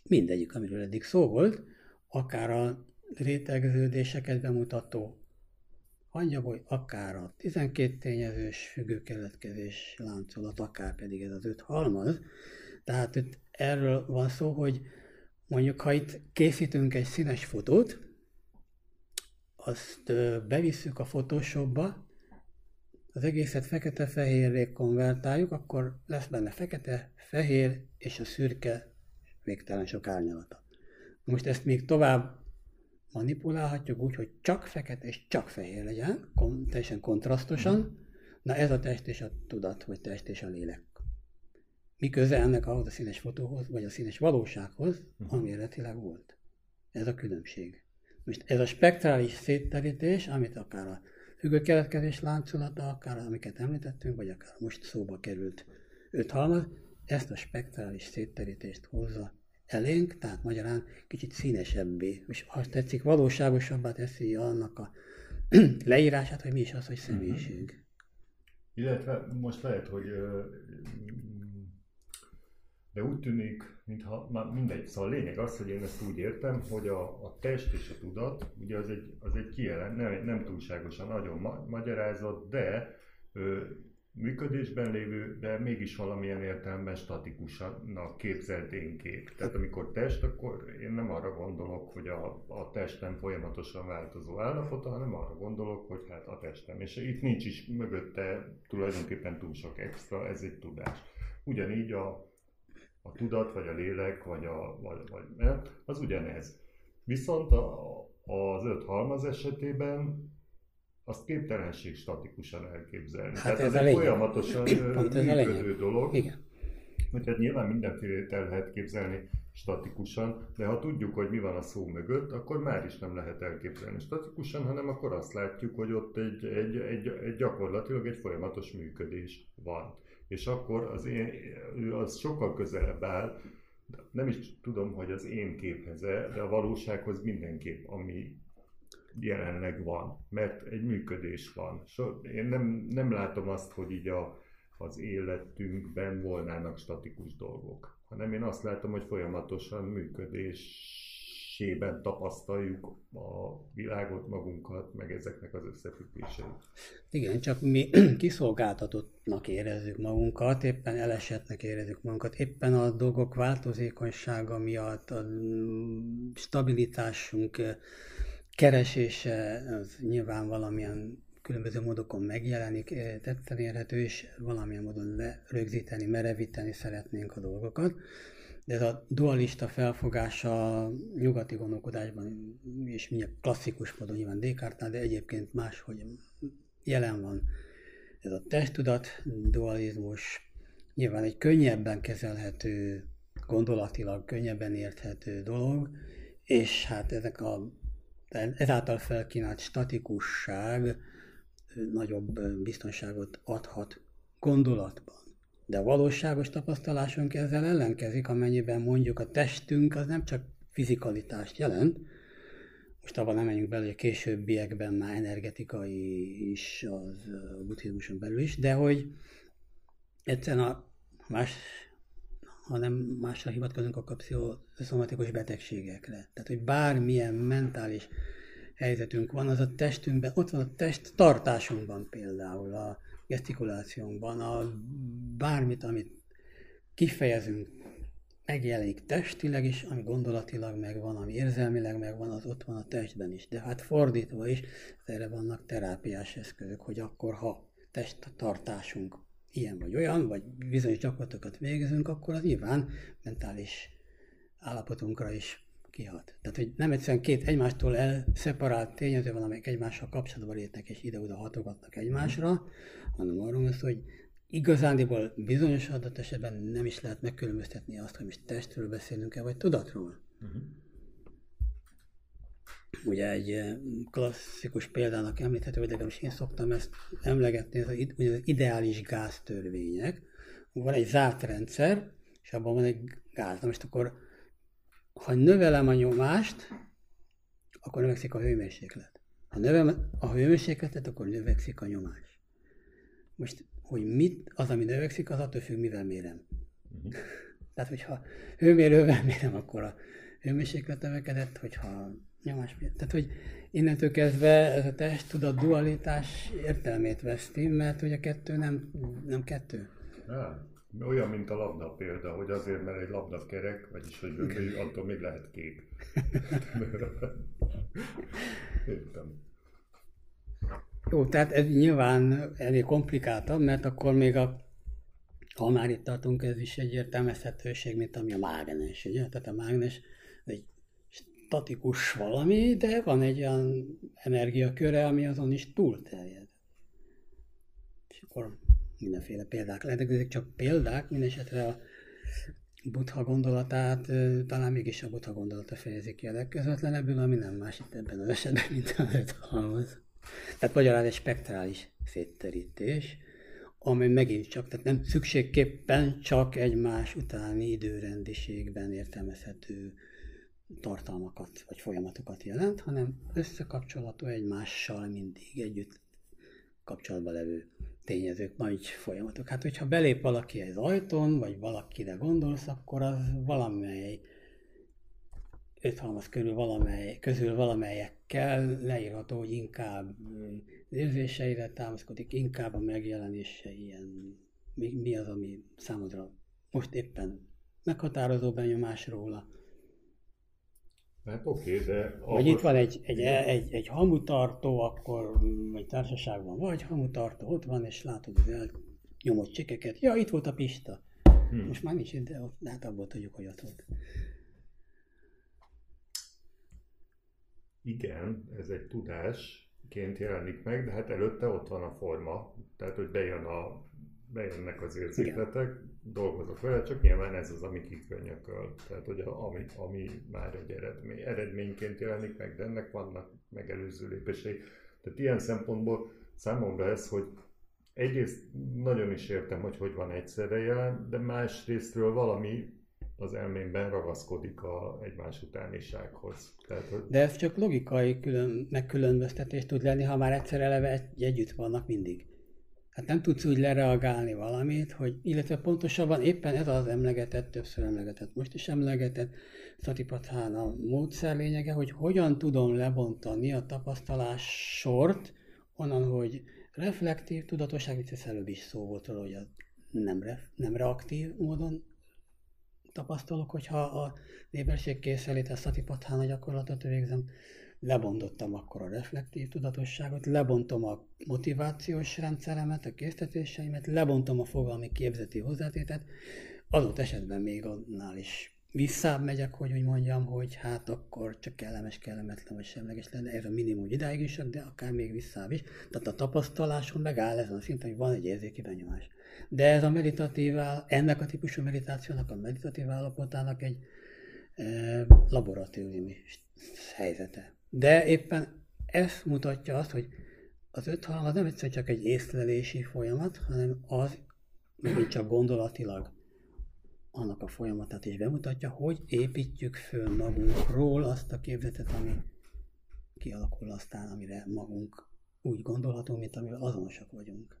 mindegyik, amiről eddig szó volt, akár a rétegződéseket bemutató hangyaboly, akár a tizenkét tényezős függőkeletkezés láncolat, akár pedig ez az öt halmaz. Tehát itt erről van szó, hogy mondjuk, ha itt készítünk egy színes fotót, azt bevisszük a Photoshopba, az egészet fekete-fehérré konvertáljuk, akkor lesz benne fekete, fehér és a szürke végtelen sok árnyalata. Most ezt még tovább manipulálhatjuk úgy, hogy csak fekete és csak fehér legyen, kon- teljesen kontrasztosan. Na ez a test és a tudat, vagy test és a lélek. Mi köze ennek ahhoz a színes fotóhoz, vagy a színes valósághoz, ami eredetileg volt. Ez a különbség. Most ez a spektrális szétterítés, amit akár a függőkeletkezés láncolata, akár amiket említettünk, vagy akár most szóba került öt halmaz, ezt a spektrális szétterítést hozza elénk, tehát magyarán kicsit színesebbé, és ha tetszik, valóságosabbá teszi annak a leírását, hogy mi is az, hogy személyiség. Illetve most lehet, hogy de úgy tűnik, mintha már mindegy. Szóval a lényeg az, hogy én ezt úgy értem, hogy a, a test és a tudat, ugye az egy, az egy kijelent, nem, nem túlságosan nagyon ma, magyarázott, de ö, működésben lévő, de mégis valamilyen értelemben statikusannak képzelt énkép. Tehát amikor test, akkor én nem arra gondolok, hogy a, a testem folyamatosan változó állapota, hanem arra gondolok, hogy hát a testem. És itt nincs is mögötte tulajdonképpen túl sok extra, ez egy tudás. Ugyanígy a a tudat, vagy a lélek, vagy, a, vagy, vagy az ugyanez. Viszont a, az öt halmaz esetében azt képtelenség statikusan elképzelni. Hát Tehát ez, ez egy lényeg. folyamatosan működő dolog. Igen. Úgyhogy nyilván mindenfélét el lehet képzelni statikusan, de ha tudjuk, hogy mi van a szó mögött, akkor már is nem lehet elképzelni statikusan, hanem akkor azt látjuk, hogy ott egy, egy, egy, egy gyakorlatilag egy folyamatos működés van. És akkor az én, az sokkal közelebb áll, nem is tudom, hogy az én képhez, de a valósághoz mindenképp, ami jelenleg van, mert egy működés van. So, én nem, nem látom azt, hogy így a, az életünkben volnának statikus dolgok, hanem én azt látom, hogy folyamatosan működésében tapasztaljuk a világot, magunkat, meg ezeknek az összefüggéseit. Igen, csak mi kiszolgáltatottnak érezzük magunkat, éppen elesettnek érezzük magunkat, éppen a dolgok változékonysága miatt, a stabilitásunk keresése az nyilván valamilyen különböző módokon megjelenik, tetten érhető, és valamilyen módon lerögzíteni, merevíteni szeretnénk a dolgokat. De ez a dualista felfogása nyugati gondolkodásban, és mindjárt klasszikus módon nyilván Descartes-nál, de egyébként máshogy jelen van. Ez a testtudat, dualizmus, nyilván egy könnyebben kezelhető, gondolatilag könnyebben érthető dolog, és hát ezek a, ezáltal felkínált statikusság nagyobb biztonságot adhat gondolatban. De a valóságos tapasztalásunk ezzel ellenkezik, amennyiben mondjuk a testünk az nem csak fizikalitást jelent, most abban nem menjünk bele, hogy későbbiekben már energetikai is az a buddhizmuson belül is, de hogy egyszerűen a más, ha nem másra hivatkozunk, akkor a pszichoszomatikus betegségekre. Tehát, hogy bármilyen mentális helyzetünk van, az a testünkben, ott van a test tartásunkban például, a gesztikulációnkban, a bármit, amit kifejezünk, megjelenik testileg is, ami gondolatilag megvan, ami érzelmileg megvan, az ott van a testben is. De hát fordítva is, erre vannak terápiás eszközök, hogy akkor, ha testtartásunk ilyen vagy olyan, vagy bizonyos gyakorlatokat végezünk, akkor az nyilván mentális állapotunkra is kihat. Tehát, hogy nem egyszerűen két egymástól elszeparált tényező van, amelyek egymással kapcsolatban lépnek és ide-oda hatogatnak egymásra, hanem arról van szó, hogy igazándiból bizonyos adott esetben nem is lehet megkülönböztetni azt, hogy most testről beszélünk-e, vagy tudatról. Uh-huh. Ugye egy klasszikus példának említhető, hogy legalábbis én szoktam ezt emlegetni, ez az ideális gáztörvények. Van egy zárt rendszer, és abban van egy gáz. Na most akkor, ha növelem a nyomást, akkor növekszik a hőmérséklet. Ha növelem a hőmérsékletet, akkor növekszik a nyomás. Most, hogy mit, az, ami növekszik, az attól függ, mivel mérem. Uh-huh. Tehát, hogyha hőmérővel mérem, akkor a hőmérséklet növekedett, hogyha nyomás mérem. Tehát, hogy innentől kezdve ez a testtudat dualitás értelmét veszti, mert hogy a kettő nem, nem kettő. Á, olyan, mint a labda példa, hogy azért, mert egy labda kerek, vagyis hogy bögri, attól még lehet kék. Értem. Jó, tehát ez nyilván elég komplikáltabb, mert akkor még a, ha már itt tartunk, ez is egy értelmezhetőség, mint ami a mágnes, ugye? Tehát a mágnes egy statikus valami, de van egy olyan energiaköre, ami azon is túlterjed. És akkor mindenféle példák lehetnek, ezek csak példák, mindesetre a Buddha gondolatát, talán mégis a Buddha gondolata fejezik ki a legközvetlenebbül, ami nem más itt ebben az esetben, mint a öt halmaz. Tehát magyarán egy spektrális szétterítés, ami megint csak, tehát nem szükségképpen csak egymás utáni időrendiségben értelmezhető tartalmakat vagy folyamatokat jelent, hanem összekapcsolatú egymással mindig együtt kapcsolatban levő tényezők, nagy folyamatok. Hát, hogyha belép valaki az ajtón, vagy valakire gondolsz, akkor az valamely öt halmaz körül valamely, közül valamelyekkel leírható, hogy inkább érzéseire támaszkodik, inkább a megjelenése ilyen, mi, mi az, ami számodra most éppen meghatározó benyomás róla. Hát oké, okay, de... Vagy itt van egy, egy, egy, egy hamutartó, akkor egy társaságban vagy, hamutartó ott van, és látod az elnyomott csikeket. Ja, itt volt a Pista. Hmm. Most már nincs itt, de ott, hát abból tudjuk, hogy ott volt. Igen, ez egy tudásként jelenik meg, de hát előtte ott van a forma. Tehát, hogy bejön a, bejönnek az érzékletek, igen, dolgozok vele, csak nyilván ez az, ami kikönyököl. Tehát, hogy a, ami, ami már egy eredmény, eredményként jelenik meg, de ennek vannak megelőző lépései. Tehát ilyen szempontból számomra ez, hogy egyrészt nagyon is értem, hogy hogy van egyszerre jelen, de másrésztről valami az elmémben ragaszkodik a egymás utánisághoz. Tehát, hogy... De ez csak logikai külön, megkülönböztetés tud lenni, ha már egyszer eleve egy, együtt vannak mindig. Hát nem tudsz úgy lereagálni valamit, hogy, illetve pontosabban éppen ez az emlegetett, többször emlegetett, most is emlegetett Satipatthana módszer lényege, hogy hogyan tudom lebontani a tapasztalás sort, onnan, hogy reflektív tudatosság, itt ez előbb is szó volt róla, hogy nem, ref, nem reaktív módon tapasztalok, hogyha a népesség készenlét, a Satipatthana gyakorlatot végzem, lebontottam akkor a reflektív tudatosságot, lebontom a motivációs rendszeremet, a késztetéseimet, lebontom a fogalmi képzeti hozzátétet, adott esetben még annál is visszább megyek, hogy úgy mondjam, hogy hát akkor csak kellemes, kellemetlen vagy semleges lenne, ez a minimum idáig is, de akár még visszább is. Tehát a tapasztaláson megáll ezen a szinten, hogy van egy érzéki benyomás. De ez a meditatív, ennek a típusú meditációnak, a meditatív állapotának egy e, laboratóriumi helyzete. De éppen ez mutatja azt, hogy az öt halmaz nem egyszerűen csak egy észlelési folyamat, hanem az, megint csak gondolatilag annak a folyamatát is bemutatja, hogy építjük föl magunkról azt a képzetet, ami kialakul aztán, amire magunk úgy gondolhatunk, mint amivel azonosak vagyunk.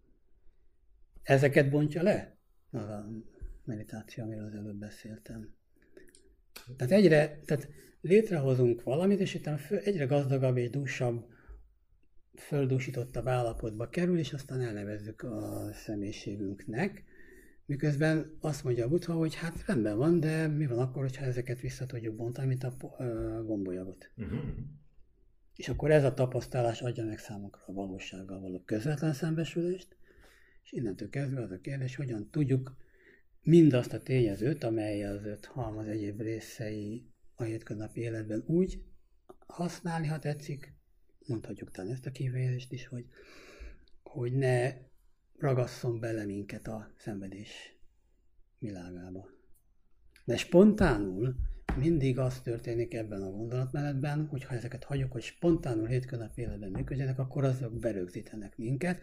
Ezeket bontja le az a meditáció, amiről az előbb beszéltem. Tehát egyre, tehát létrehozunk valamit, és utána egyre gazdagabb és dúsabb, földúsítottabb állapotba kerül, és aztán elnevezzük a személyiségünknek. Miközben azt mondja a Buddha, hogy hát rendben van, de mi van akkor, hogyha ezeket vissza tudjuk bontani, mint a gombolyagot. Uh-huh. És akkor ez a tapasztalás adja meg számunkra a valósággal való közvetlen szembesülést, és innentől kezdve az a kérdés, hogyan tudjuk mindazt a tényezőt, amely az öt halmaz egyéb részei a hétköznapi életben úgy használni, ha tetszik, mondhatjuk talán ezt a kifejezést is, hogy, hogy ne ragasszon bele minket a szenvedés világába. De spontánul mindig az történik ebben a gondolatmenetben, hogy ha ezeket hagyjuk, hogy spontánul hétköznapi életben működjenek, akkor azok berögzítenek minket.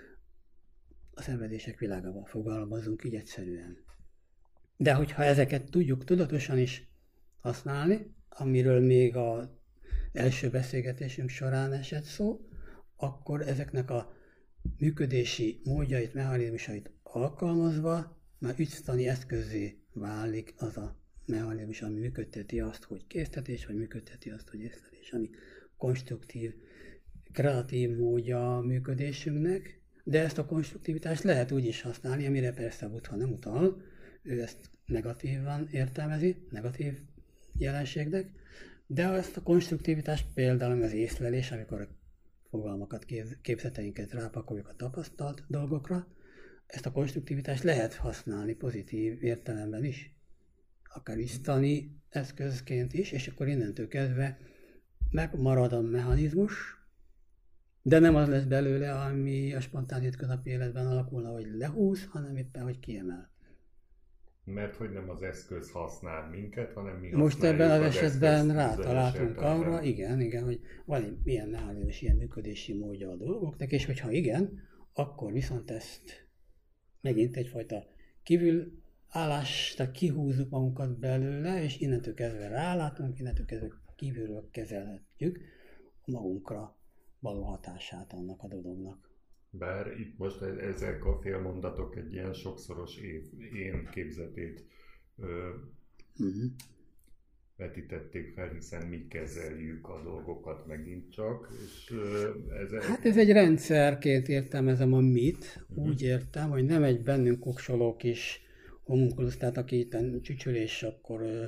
A szenvedések világába fogalmazunk így egyszerűen. De hogyha ezeket tudjuk tudatosan is használni, amiről még az első beszélgetésünk során esett szó, akkor ezeknek a működési módjait, mechanizmusait alkalmazva már ügytani eszközzé válik az a mechanizmus, ami működteti azt, hogy késztetés, vagy működteti azt, hogy észlelés, ami konstruktív, kreatív módja a működésünknek, de ezt a konstruktivitást lehet úgy is használni, amire persze a Buddha nem utal, ő ezt negatívan értelmezi, negatív jelenségnek, de ezt a konstruktivitást például az észlelés, amikor a fogalmakat, képzeteinket rápakoljuk a tapasztalt dolgokra, ezt a konstruktivitást lehet használni pozitív értelemben is, akár isztani eszközként is, és akkor innentől kezdve megmarad a mechanizmus, de nem az lesz belőle, ami a spontán hétköznapi életben alakulna, hogy lehúz, hanem éppen, hogy kiemel. Mert hogy nem az eszköz használ minket, hanem mi Most ebben az, az esetben rátaláltunk arra, igen, igen, hogy van egy milyen mechanizmus, ilyen működési módja a dolgoknak, és hogyha igen, akkor viszont ezt megint egyfajta kívülállást, tehát kihúzzuk magunkat belőle, és innentől kezdve rálátunk, innentől kezdve kívülről kezelhetjük a magunkra való hatását annak a dolognak. Bár itt most ezek a félmondatok egy ilyen sokszoros év, én képzetét ö, uh-huh. vetítették fel, hiszen mi kezeljük a dolgokat megint csak. És, ö, ez hát ez egy rendszerként értelmezem a mit, uh-huh. úgy értem, hogy nem egy bennünk koksoló kis homunculus, tehát aki itt csücsülés, akkor ö,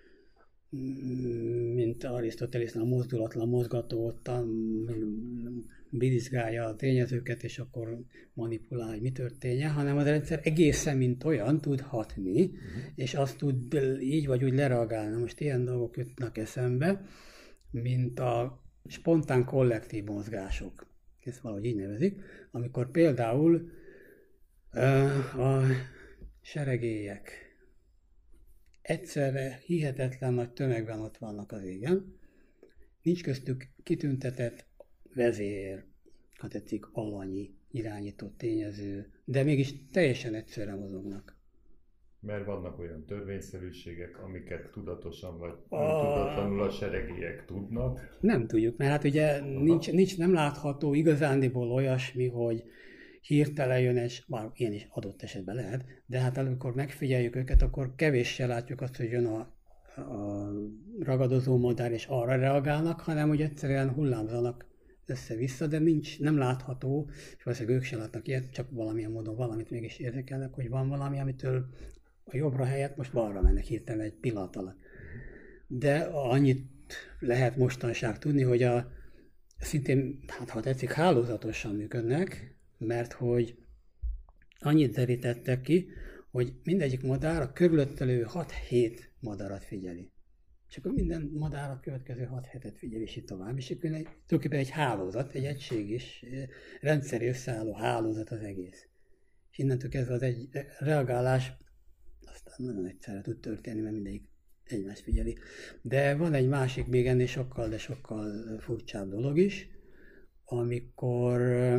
mint Arisztotelésnál mozdulatlan mozgató, ottan birizgálja a tényezőket, és akkor manipulál, hogy mi történjen, hanem az rendszer egészen, mint olyan tud hatni, uh-huh. és azt tud így vagy úgy lereagálni. Most ilyen dolgok jutnak eszembe, mint a spontán kollektív mozgások. Ezt valahogy így nevezik, amikor például uh, a seregélyek egyszerre hihetetlen nagy tömegben ott vannak az égen, nincs köztük kitüntetett vezér, ha tetszik, alanyi irányított tényező, de mégis teljesen egyszerre mozognak. Mert vannak olyan törvényszerűségek, amiket tudatosan vagy a... tudatlanul a seregélyek tudnak. Nem tudjuk, mert hát ugye nincs, nincs, nem látható igazándiból olyasmi, hogy hirtelen jön, és már ilyen is adott esetben lehet, de hát amikor megfigyeljük őket, akkor kevéssel látjuk azt, hogy jön a, a ragadozó madár, és arra reagálnak, hanem hogy egyszerűen hullámzanak össze-vissza, de nincs, nem látható, és valószínűleg ők sem látnak ilyet, csak valamilyen módon valamit mégis érzékelnek, hogy van valami, amitől a jobbra helyett most balra mennek hirtelen egy pillanat alatt. De annyit lehet mostanság tudni, hogy a szintén, hát ha tetszik, hálózatosan működnek, mert hogy annyit derítettek ki, hogy mindegyik madár a körülötte lévő hat-hét madarat figyeli. És akkor minden madár a következő hat hetet figyel, és így tovább. És akkor egy, tulajdonképpen egy hálózat, egy egységes, rendszeri összeálló hálózat az egész. És innentől kezdve az egy reagálás aztán nagyon egyszerre tud történni, mert mindegyik egymást figyeli. De van egy másik, még ennél sokkal, de sokkal furcsább dolog is, amikor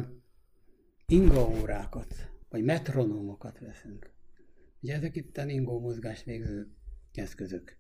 ingaórákat, vagy metronómokat veszünk. Ugye ezek itt a ingó mozgást végző eszközök.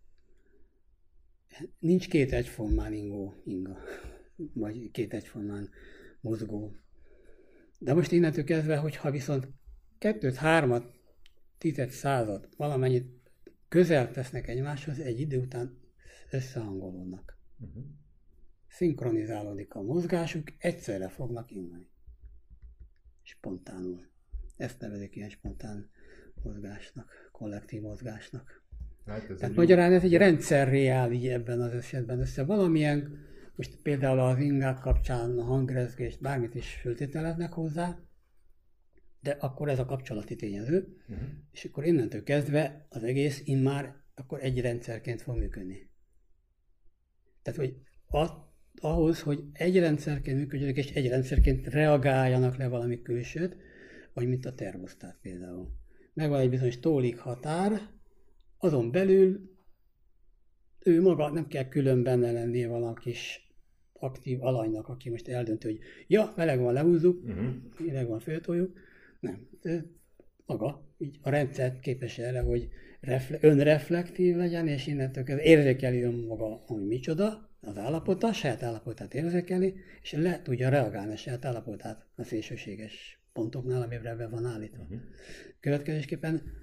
Nincs két egyformán ingó, inga, vagy két egyformán mozgó. De most innentől kezdve, hogyha viszont kettőt, hármat, tized százat, valamennyit közel tesznek egymáshoz, egy idő után összehangolódnak. Uh-huh. Szinkronizálódik a mozgásuk, egyszerre fognak ingani. Spontánul. Ezt nevezik ilyen spontán mozgásnak, kollektív mozgásnak. Hát ez Tehát magyarán ez egy rendszerré áll így ebben az esetben össze. Valamilyen, most például az ingák kapcsán a hangrezgést, bármit is föltételeznek hozzá, de akkor ez a kapcsolati tényező, uh-huh. és akkor innentől kezdve az egész immár akkor egy rendszerként fog működni. Tehát, hogy a, ahhoz, hogy egy rendszerként működjenek, és egy rendszerként reagáljanak le valami külsőt, vagy mint a termosztát például. Megvan egy bizonyos tólik határ, azon belül ő maga nem kell külön benne lennie valami kis aktív alanynak, aki most eldönti, hogy ja, meleg van, lehúzzuk, uh-huh. meleg van, föltoljuk. Nem. Maga, így a rendszer képes erre, hogy refle- önreflektív legyen, és innentől kezdve érzékeli önmaga, hogy micsoda, az állapota, saját állapotát érzékeli, és le tudja reagálni a saját állapotát a szélsőséges pontoknál, amire be van állítva. Uh-huh. Következésképpen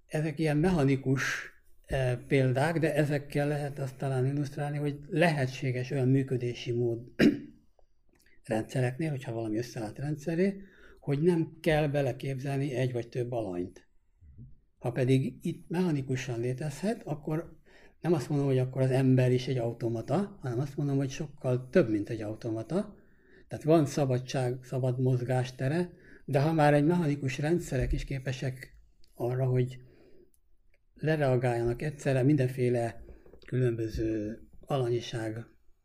ezek ilyen mechanikus e, példák, de ezekkel lehet azt talán illusztrálni, hogy lehetséges olyan működési mód rendszereknél, hogyha valami összeállt rendszeré, hogy nem kell beleképzelni egy vagy több alanyt. Ha pedig itt mechanikusan létezhet, akkor nem azt mondom, hogy akkor az ember is egy automata, hanem azt mondom, hogy sokkal több, mint egy automata. Tehát van szabadság, szabad mozgástere, de ha már egy mechanikus rendszerek is képesek arra, hogy lereagáljanak egyszerre mindenféle különböző alanyiság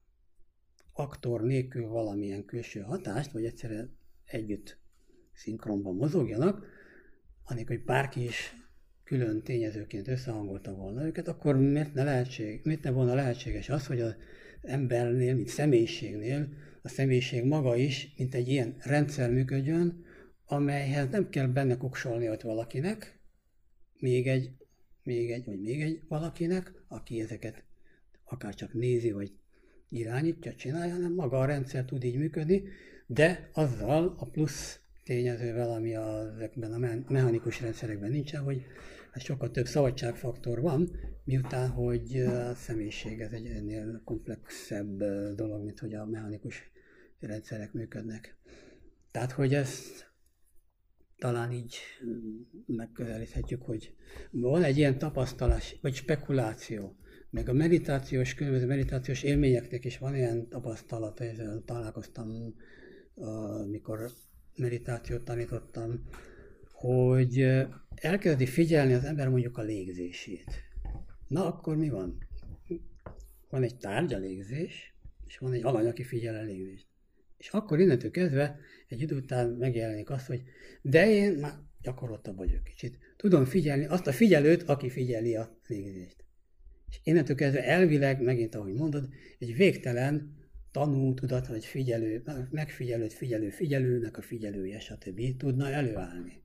aktor nélkül valamilyen külső hatást, vagy egyszerre együtt szinkronban mozogjanak, anélkül, hogy bárki is külön tényezőként összehangolta volna őket, akkor miért ne, lehetség, miért ne volna lehetséges az, hogy az embernél, mint személyiségnél, a személyiség maga is, mint egy ilyen rendszer működjön, amelyhez nem kell benne koksolni ott valakinek, még egy, még egy, vagy még egy valakinek, aki ezeket akár csak nézi, vagy irányítja, csinálja, hanem maga a rendszer tud így működni, de azzal a plusz tényezővel, ami ezekben a mechanikus rendszerekben nincsen, hogy sokkal több szabadságfaktor van, miután, hogy a személyiség ez egy ennél komplexebb dolog, mint hogy a mechanikus rendszerek működnek. Tehát, hogy ezt talán így megközelíthetjük, hogy van egy ilyen tapasztalás, vagy spekuláció, meg a meditációs, különböző meditációs élményeknek is van ilyen tapasztalata, ezzel találkoztam, amikor meditációt tanítottam, hogy elkezdi figyelni az ember mondjuk a légzését. Na, akkor mi van? Van egy tárgy, a légzés, és van egy alany, aki figyel a légzést. És akkor innentől kezdve egy idő után megjelenik az, hogy de én már gyakorlottabb vagyok kicsit. Tudom figyelni azt a figyelőt, aki figyeli a légzést. És innentől kezdve elvileg, megint ahogy mondod, egy végtelen tanú, tudat, vagy figyelő, megfigyelőt figyelő figyelőnek a figyelője, stb. Tudna előállni.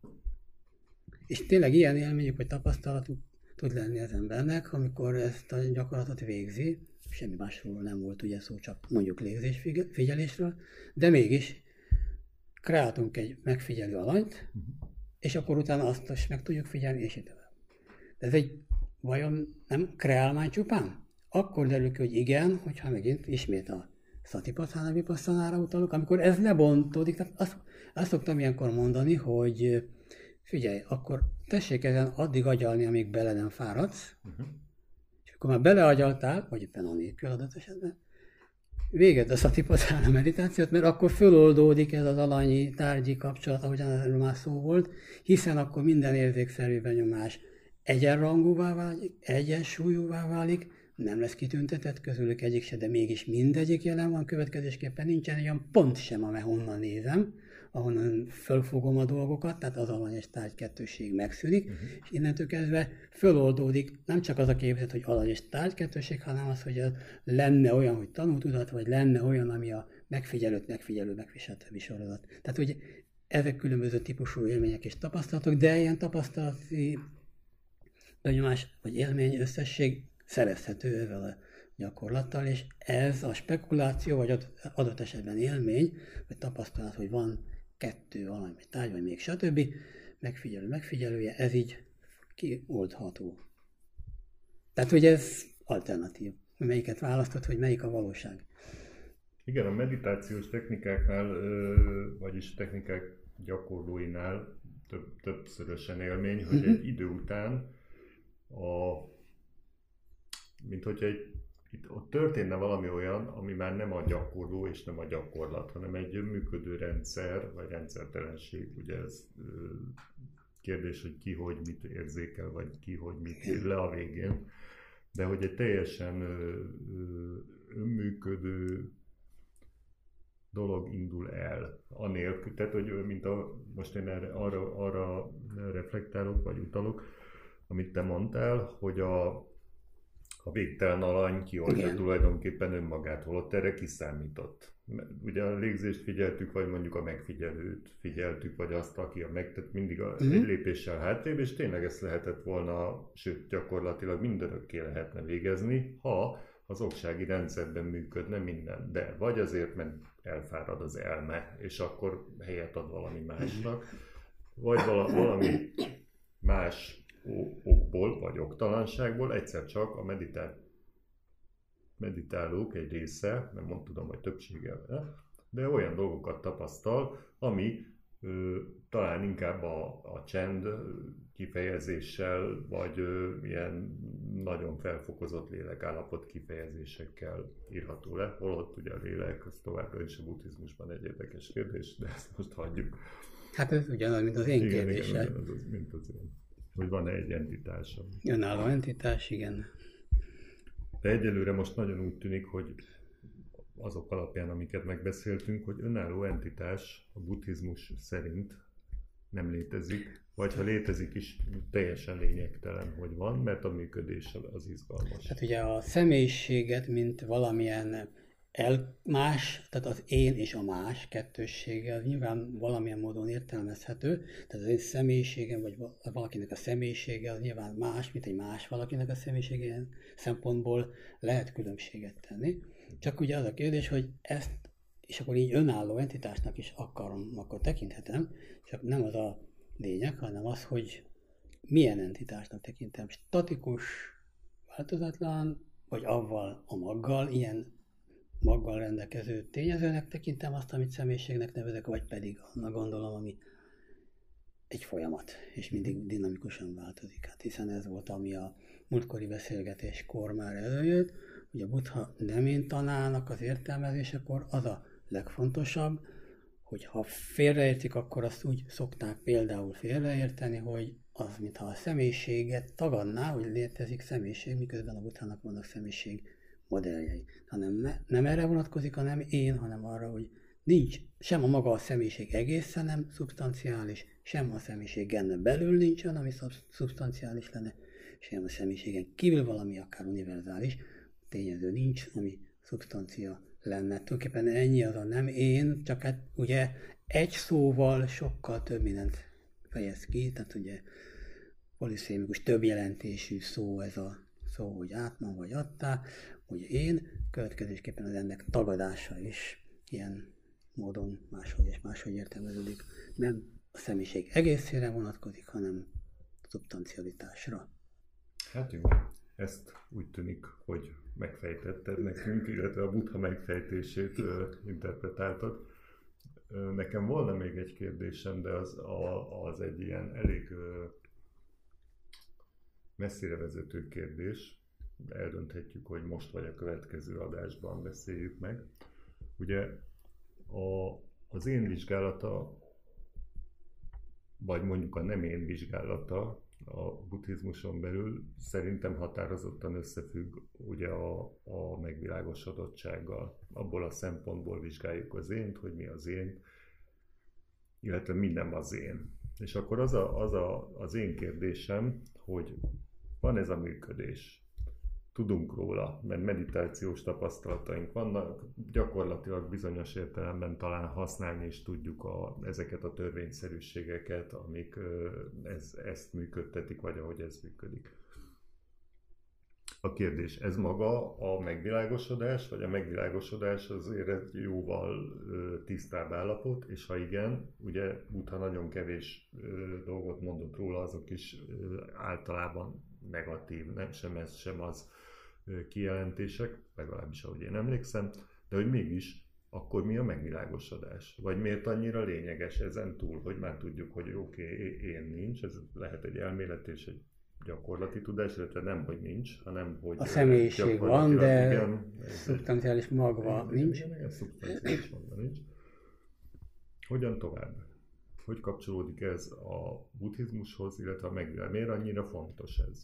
És tényleg ilyen élményük, vagy tapasztalatuk tud lenni az embernek, amikor ezt a gyakorlatot végzi, semmi másról nem volt ugye szó, csak mondjuk légzés figyelésről, de mégis kreáltunk egy megfigyelő alanyt, és akkor utána azt is meg tudjuk figyelni, és így tovább. De ez egy vajon nem kreálmány csupán? Akkor derül ki, hogy igen, hogyha megint ismét a Satipatthana Vipassanára utalok, amikor ez lebontódik. Tehát azt, azt szoktam ilyenkor mondani, hogy figyelj, akkor tessék ezen addig agyalni, amíg bele nem fáradsz, uh-huh. És akkor már beleagyaltál, vagy éppen anélkül adott esetben, véged a Satipatthana meditációt, mert akkor föloldódik ez az alanyi tárgyi kapcsolat, ahogyan erről már szó volt, hiszen akkor minden érzékszerű benyomás egyenrangúvá válik, egyensúlyúvá válik, nem lesz kitüntetett közülük egyik se, de mégis mindegyik jelen van, következésképpen nincsen olyan pont sem, amely honnan nézem, ahonnan fölfogom a dolgokat, tehát az alany és tárgy kettősség megszűnik, uh-huh. És innentől kezdve föloldódik nem csak az a képzet, hogy alany és tárgy kettősség, hanem az, hogy lenne olyan, hogy tanútudat, vagy lenne olyan, ami a megfigyelőt, megfigyelő, megviseltő sorozat. Tehát, hogy ezek különböző típusú élmények és tapasztalatok, de ilyen tapasztalati benyomás vagy élmény összesség szerezhető ezzel a gyakorlattal, és ez a spekuláció, vagy adott esetben élmény, vagy tapasztalat, hogy van kettő alany, vagy tárgy, vagy még stb. Megfigyelő, megfigyelője, ez így kioldható. Tehát, hogy ez alternatív. Melyiket választod, hogy melyik a valóság? Igen, a meditációs technikáknál, vagyis technikák gyakorlóinál több, többszörösen élmény, hogy egy idő után a mint hogyha egy, itt, ott történne valami olyan, ami már nem a gyakorló és nem a gyakorlat, hanem egy működő rendszer, vagy rendszertelenség. Ugye ez kérdés, hogy ki hogy mit érzékel, vagy ki hogy mit ír le a végén. De hogy egy teljesen önműködő dolog indul el, anélkül, tehát hogy mint a, most én erre, arra, arra reflektálok, vagy utalok, amit te mondtál, hogy a A végtelen alany kioldja tulajdonképpen önmagát, holott erre kiszámított. Ugye a légzést figyeltük, vagy mondjuk a megfigyelőt figyeltük, vagy azt, aki a meg, tehát mindig a, uh-huh. egy lépéssel hátrébb, és tényleg ezt lehetett volna, sőt gyakorlatilag mindörökké lehetne végezni, ha az oksági rendszerben működne minden. De vagy azért, mert elfárad az elme, és akkor helyet ad valami másnak, vagy valami más okból, vagy oktalanságból egyszer csak a meditál, meditálók egy része, nem mond, tudom, hogy többsége, de olyan dolgokat tapasztal, ami ö, talán inkább a, a csend kifejezéssel, vagy ö, ilyen nagyon felfokozott lélekállapot kifejezésekkel írható le. Holott ugye a lélek, az továbbra is a buddhizmusban egy érdekes kérdés, de ezt most hagyjuk. Hát ez ugyanaz, mint az én igen, kérdésem. Igen, ugyanaz, mint az én. Hogy van-e egy entitás? Önálló entitás, igen. De egyelőre most nagyon úgy tűnik, hogy azok alapján, amiket megbeszéltünk, hogy önálló entitás a buddhizmus szerint nem létezik, vagy ha létezik is, teljesen lényegtelen, hogy van, mert a működés az izgalmas. Tehát ugye a személyiséget, mint valamilyen elmás, tehát az én és a más kettőssége, az nyilván valamilyen módon értelmezhető, tehát az én személyiségem, vagy valakinek a személyisége az nyilván más, mint egy más valakinek a személyisége, szempontból lehet különbséget tenni. Csak ugye az a kérdés, hogy ezt, és akkor így önálló entitásnak is akarom, akkor tekinthetem, csak nem az a lényeg, hanem az, hogy milyen entitásnak tekintem. Statikus, változatlan, vagy avval a maggal, ilyen maggal rendelkező tényezőnek tekintem azt, amit személyiségnek nevezek, vagy pedig annak gondolom, ami egy folyamat, és mindig dinamikusan változik. Hát hiszen ez volt, ami a múltkori beszélgetéskor már előjött, hogy a Buddha nem én tanának az értelmezésekor az a legfontosabb, hogy ha félreértik, akkor azt úgy szokták például félreérteni, hogy az, mintha a személyiséget tagadná, hogy létezik személyiség, miközben a Buddhának vannak személyiség modelljei. Hanem ne, nem erre vonatkozik, hanem én, hanem arra, hogy nincs sem a maga a személyiség egészen nem szubstanciális, sem a személyiség genne belül nincsen, ami szubstanciális lenne, sem a személyiségen kívül valami akár univerzális tényező nincs, ami szubstancia lenne. Tulajdonképpen ennyi az a nem én, csak hát ugye egy szóval sokkal több mindent fejez ki, tehát ugye poliszémikus, több jelentésű szó ez a szó, hogy átman vagy attá, hogy én, következésképpen az ennek tagadása is ilyen módon máshogy és máshogy értelmeződik. Nem a személyiség egészére vonatkozik, hanem szubstancialitásra. Hát jó, ezt úgy tűnik, hogy megfejtetted nekünk, illetve a Buddha megfejtését ö, interpretáltad. Ö, nekem volna még egy kérdésem, de az, a, az egy ilyen elég ö, messzire vezető kérdés. Eldönthetjük, hogy most vagy a következő adásban beszéljük meg. Ugye a, az én vizsgálata, vagy mondjuk a nem én vizsgálata a buddhizmuson belül szerintem határozottan összefügg ugye a, a megvilágosodottsággal. Abból a szempontból vizsgáljuk az ént, hogy mi az én, illetve mi nem az én. És akkor az, a, az a, az én kérdésem, hogy van ez a működés. Tudunk róla, mert meditációs tapasztalataink vannak, gyakorlatilag bizonyos értelemben talán használni is tudjuk a, ezeket a törvényszerűségeket, amik ez, ezt működtetik, vagy ahogy ez működik. A kérdés, ez maga a megvilágosodás, vagy a megvilágosodás azért egy jóval tisztább állapot, és ha igen, ugye Buddha nagyon kevés dolgot mondott róla, azok is általában negatív, nem sem ez, sem az kijelentések, legalábbis ahogy én emlékszem, de hogy mégis akkor mi a megvilágosodás? Vagy miért annyira lényeges ezen túl, hogy már tudjuk, hogy oké, okay, én nincs, ez lehet egy elmélet és egy gyakorlati tudás, illetve nem, hogy nincs, hanem hogy... A személyiség van, de igen, szubstanciális magva igen, nincs. Igen, igen, szubstanciális magva nincs. Hogyan tovább? Hogy kapcsolódik ez a buddhizmushoz, illetve a megvilágosodás? Miért annyira fontos ez?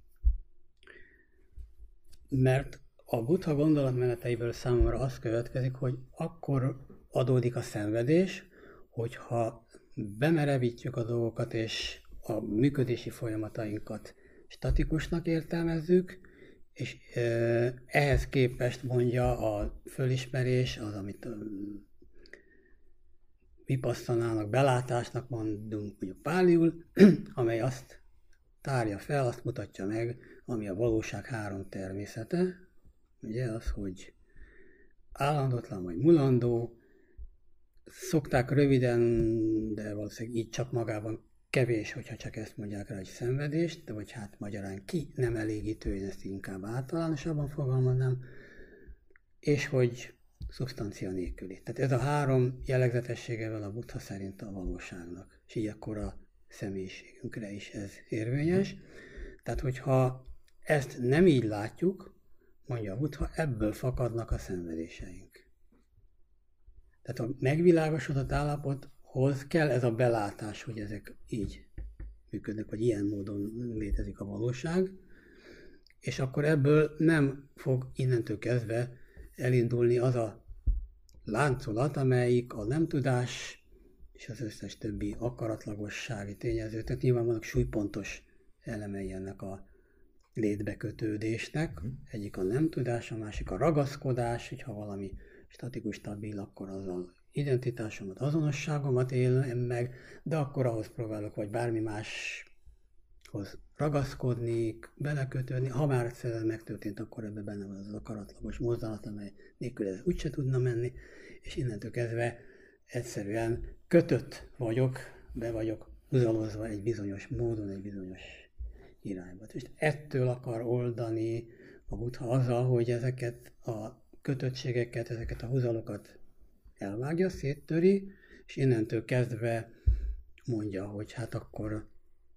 Mert a Buddha gondolatmeneteiből számomra az következik, hogy akkor adódik a szenvedés, hogyha bemerevítjük a dolgokat és a működési folyamatainkat statikusnak értelmezzük, és ehhez képest mondja a fölismerés, az, amit vipasszanának, belátásnak mondunk, mondjuk páliul, amely azt tárja fel, azt mutatja meg, ami a valóság három természete, ugye az, hogy állandótlan vagy mulandó, szokták röviden, de valószínűleg így csak magában kevés, hogyha csak ezt mondják rá, hogy szenvedést, vagy hát magyarán ki nem elégítő, én ezt inkább általánosabban fogalmaznám, és hogy szubstancia nélküli. Tehát ez a három jellegzetességevel a Buddha szerint a valóságnak, és így akkor a személyiségünkre is ez érvényes. Tehát, hogyha ezt nem így látjuk, mondja a Buddha, ebből fakadnak a szenvedéseink. Tehát a megvilágosodott állapothoz kell ez a belátás, hogy ezek így működnek, vagy ilyen módon létezik a valóság, és akkor ebből nem fog innentől kezdve elindulni az a láncolat, amelyik a nem tudás és az összes többi akaratlagossági tényező, tehát nyilván vannak súlypontos elemei ennek a létbekötődésnek. Egyik a nem tudás, a másik a ragaszkodás, hogyha valami statikus, stabil, akkor azzal identitásomat, azonosságomat élem meg, de akkor ahhoz próbálok, vagy bármi máshoz ragaszkodni, belekötődni. Ha már egyszer megtörtént, akkor ebben benne van az akaratlagos mozdulat, amely nélkül ez úgyse tudna menni, és innentől kezdve egyszerűen kötött vagyok, be vagyok húzalozva egy bizonyos módon, egy bizonyos irányba. És ettől akar oldani a Buddha azzal, hogy ezeket a kötöttségeket, ezeket a húzalokat elvágja, széttöri, és innentől kezdve mondja, hogy hát akkor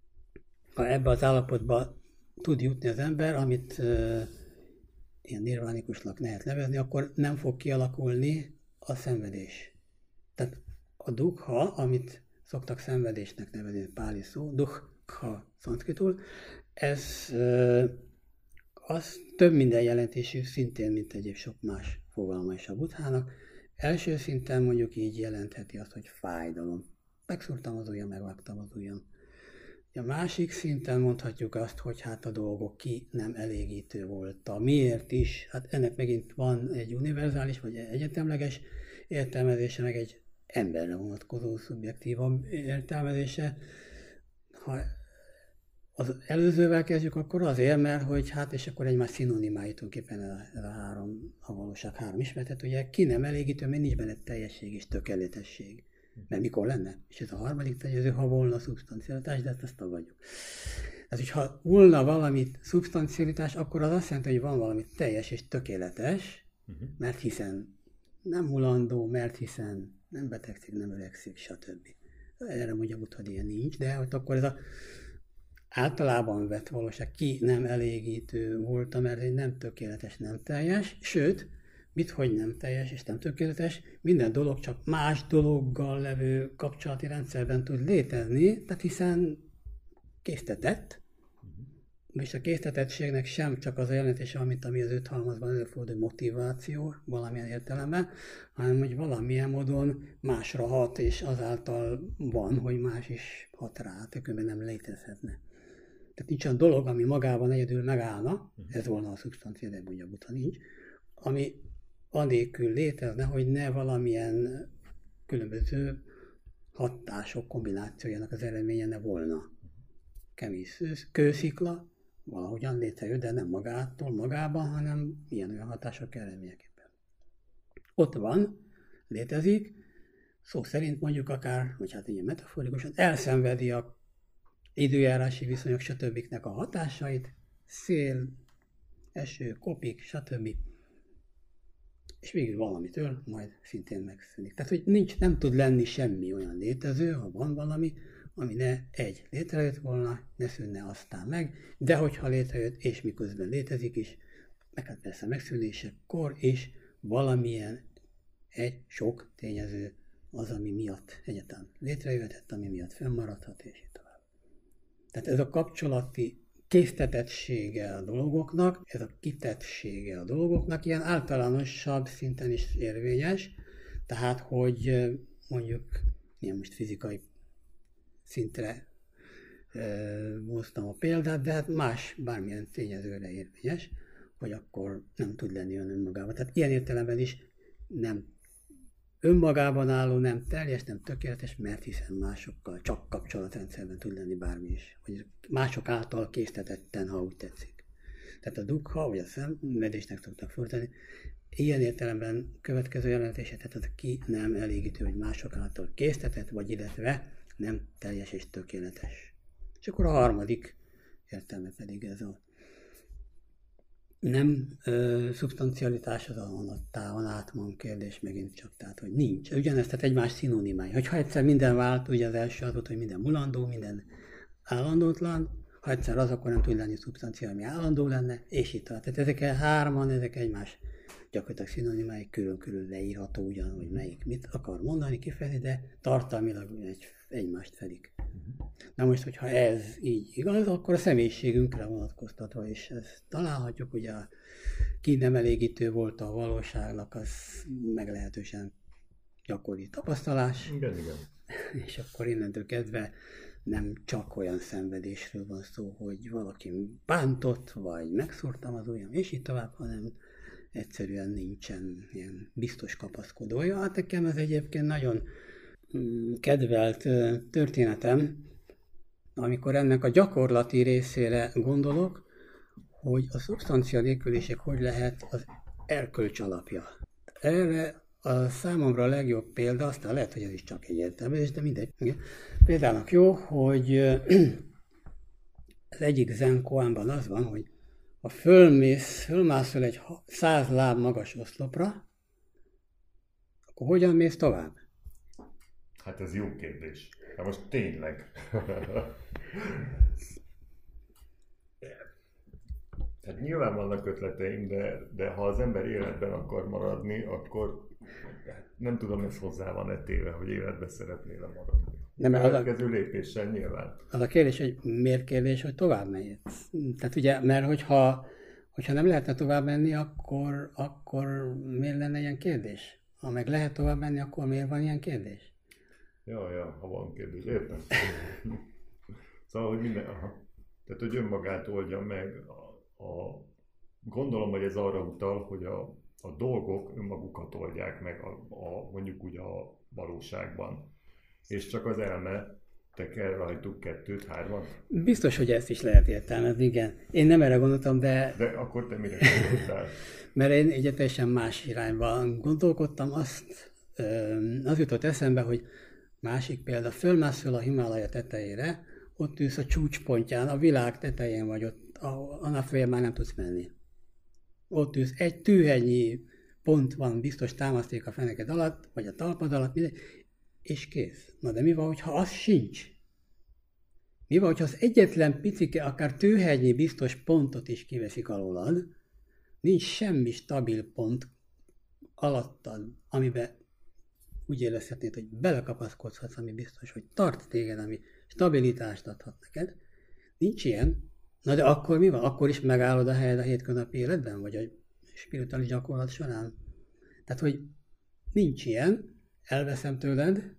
ha ebbe az állapotba tud jutni az ember, amit uh, ilyen nirvánikusnak lehet nevezni, akkor nem fog kialakulni a szenvedés. Tehát a dukha, amit szoktak szenvedésnek nevezni, páli szó, dukha szanszkritul, ez uh, az több minden jelentésű, szintén, mint egyéb sok más fogalma is a Buddhának. Első szinten mondjuk így jelentheti azt, hogy fájdalom. Megszúrtam az ujjam, megvágtam az ujjam. A másik szinten mondhatjuk azt, hogy hát a dolgok ki nem elégítő volt. Miért is? Hát ennek megint van egy univerzális, vagy egyetemleges értelmezése, meg egy emberre vonatkozó szubjektívabb értelmezése. Ha az előzővel kezdjük, akkor azért, mert hogy hát, és akkor egymás szinonimái tulajdonképpen ez a három, a valóság három ismertet, ugye ki nem elégítő, mert nincs benne teljesség és tökéletesség. Mert mikor lenne? És ez a harmadik tényező, ha volna szubstancialitás, de ezt tagadjuk. Tehát, hogyha volna valami szubstancialitás, akkor az azt jelenti, hogy van valami teljes és tökéletes, uh-huh. mert hiszen nem mulandó, mert hiszen nem betegszik, nem öregszik, stb. Erre mondja Buddha, hogy ilyen nincs, de hogy akkor ez a általában vett valóság ki nem elégítő volt, mert egy nem tökéletes, nem teljes, sőt, mit, hogy nem teljes és nem tökéletes, minden dolog csak más dologgal levő kapcsolati rendszerben tud létezni, tehát hiszen késztetett, uh-huh. és a késztetettségnek sem csak az a jelentése, amit ami az öt halmazban előfordul motiváció valamilyen értelemben, hanem hogy valamilyen módon másra hat, és azáltal van, hogy más is hat rá, tökönben nem létezhetne. Tehát nincs olyan dolog, ami magában egyedül megállna, uh-huh. ez volna a szubstancia, de mondja Buddha nincs, ami anélkül létezne, hogy ne valamilyen különböző hatások kombinációjának az eredménye ne volna. Kemény kőszikla valahogyan létrejött, de nem magától, magában, hanem ilyen olyan hatások eredményeképpen. Ott van, létezik, szó szerint mondjuk akár, vagy hát ilyen metaforikusan, elszenvedi a időjárási viszonyok, stb. A hatásait, szél, eső, kopik, stb. És végül valamitől majd szintén megszűnik. Tehát, hogy nincs, nem tud lenni semmi olyan létező, ha van valami, ami ne egy létrejött volna, ne szűnne aztán meg, de hogyha létrejött, és miközben létezik is, meg hát persze megszűnésekor is valamilyen egy sok tényező az, ami miatt egyáltalán létrejöhetett, ami miatt fennmaradhat, és így tovább. Tehát ez a kapcsolati késztetettsége a dolgoknak, ez a kitettsége a dolgoknak ilyen általánosabb szinten is érvényes, tehát hogy mondjuk, ilyen most fizikai szintre e, hoztam a példát, de hát más bármilyen tényezőre érvényes, hogy akkor nem tud lenni olyan önmagában. Tehát ilyen értelemben is nem önmagában álló, nem teljes, nem tökéletes, mert hiszen másokkal csak kapcsolatrendszerben tud lenni bármi is, vagy mások által késztetetten, ha úgy tetszik. Tehát a dukha, vagy a szenvedésnek szoktak fordítani, ilyen értelemben következő jelentése, tehát az ki nem elégítő, hogy mások által késztetett, vagy illetve nem teljes és tökéletes. És akkor a harmadik értelme pedig ez a nem ö, szubstancialitás, az a távon átman kérdés megint csak, tehát hogy nincs. Ugyanezt, tehát egymás szinonimái. Hogyha egyszer minden vált, ugye az első az volt, hogy minden mulandó, minden állandótlan, ha egyszer az, akkor nem tud lenni szubstancia, ami állandó lenne, és itt tovább. Tehát ezek hárman, ezek egymás gyakorlatilag szinonimái, külön-külön leírható ugyan, hogy melyik mit akar mondani, kifejezni, de tartalmilag egy, egymást fedik. Na most, hogyha ez így igaz, akkor a személyiségünkre vonatkoztatva is ezt találhatjuk, ugye a ki nem elégítő volt a valóságnak, az meglehetősen gyakori tapasztalás. Igen, igen. És akkor innentől kezdve nem csak olyan szenvedésről van szó, hogy valaki bántott, vagy megszúrtam az ujjam, és így tovább, hanem egyszerűen nincsen ilyen biztos kapaszkodója. Hát nekem ez egyébként nagyon kedvelt történetem, amikor ennek a gyakorlati részére gondolok, hogy a szubstancia nélküliség hogy lehet az erkölcs alapja. Erre a számomra a legjobb példa, aztán lehet, hogy ez is csak egy értelmezés, de mindegy. Példának jó, hogy az egyik zen koánban az van, hogy ha fölmész, fölmászol egy száz láb magas oszlopra, akkor hogyan mész tovább? Hát ez jó kérdés. Hát most tényleg. Hát nyilván vannak ötleteim, de, de ha az ember életben akar maradni, akkor nem tudom, ez hozzá van-e téve, hogy életben szeretnél maradni. Nem, a következő lépéssel nyilván. Az a kérdés, hogy miért kérdés, hogy tovább mehetsz. Tehát ugye, mert hogyha, hogyha nem lehetne tovább menni, akkor, akkor miért lenne ilyen kérdés? Ha meg lehet tovább menni, akkor miért van ilyen kérdés? Ja, ja, ha van kérdés, értem. Szóval, hogy minden, aha. Tehát, hogy önmagát oldja meg. A, a, gondolom, hogy ez arra utal, hogy a, a dolgok önmagukat oldják meg a, a, mondjuk úgy a valóságban. És csak az elme teker rajtuk kettőt, hármat. Biztos, hogy ezt is lehet értelmezni, igen. Én nem erre gondoltam, de... De akkor te mire gondoltál? Mert én egy teljesen más irányban gondolkodtam, azt, az jutott eszembe, hogy másik példa, fölmászol a Himálaja tetejére, ott ülsz a csúcspontján, a világ tetején vagy, ott, annál följebb már nem tudsz menni. Ott ülsz, egy tűhegynyi pont van, biztos támaszték a feneked alatt, vagy a talpad alatt, mindegy, és kész. Na de mi van, hogyha az sincs? Mi van, hogyha az egyetlen picike, akár tűhegynyi biztos pontot is kiveszik alólad, nincs semmi stabil pont alattad, amiben úgy érezhetnéd, hogy belekapaszkodhatsz, ami biztos, hogy tart téged, ami stabilitást adhat neked. Nincs ilyen. Na de akkor mi van? Akkor is megállod a helyed a hétköznapi életben, vagy a spirituális gyakorlat során? Tehát, hogy nincs ilyen, elveszem tőled,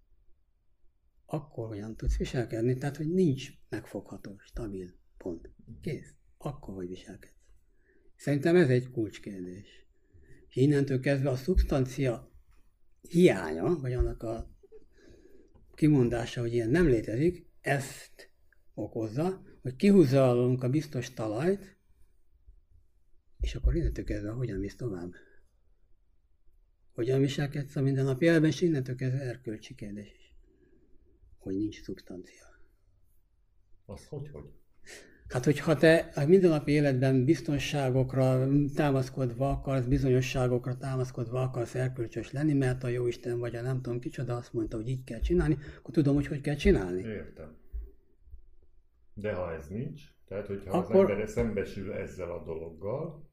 akkor hogyan tudsz viselkedni? Tehát, hogy nincs megfogható, stabil pont. Kész. Akkor hogy viselkedsz? Szerintem ez egy kulcskérdés. És innentől kezdve a szubstancia hiánya, vagy annak a kimondása, hogy ilyen nem létezik, ezt okozza, hogy kihúzza alólunk a biztos talajt, és akkor innentől kezdve hogyan mész tovább? Hogyan viselkedsz a mindennapi életben, és innentől kezdve erkölcsi kérdés is. Hogy nincs szubstancia. Az hogy, hogy? Hát, hogyha te a mindennapi életben biztonságokra támaszkodva akarsz, bizonyosságokra támaszkodva akarsz erkölcsös lenni, mert a Jóisten vagy a nem tudom kicsoda azt mondta, hogy így kell csinálni, akkor tudom, hogy hogy kell csinálni. Értem. De ha ez nincs, tehát hogyha akkor... az ember szembesül ezzel a dologgal,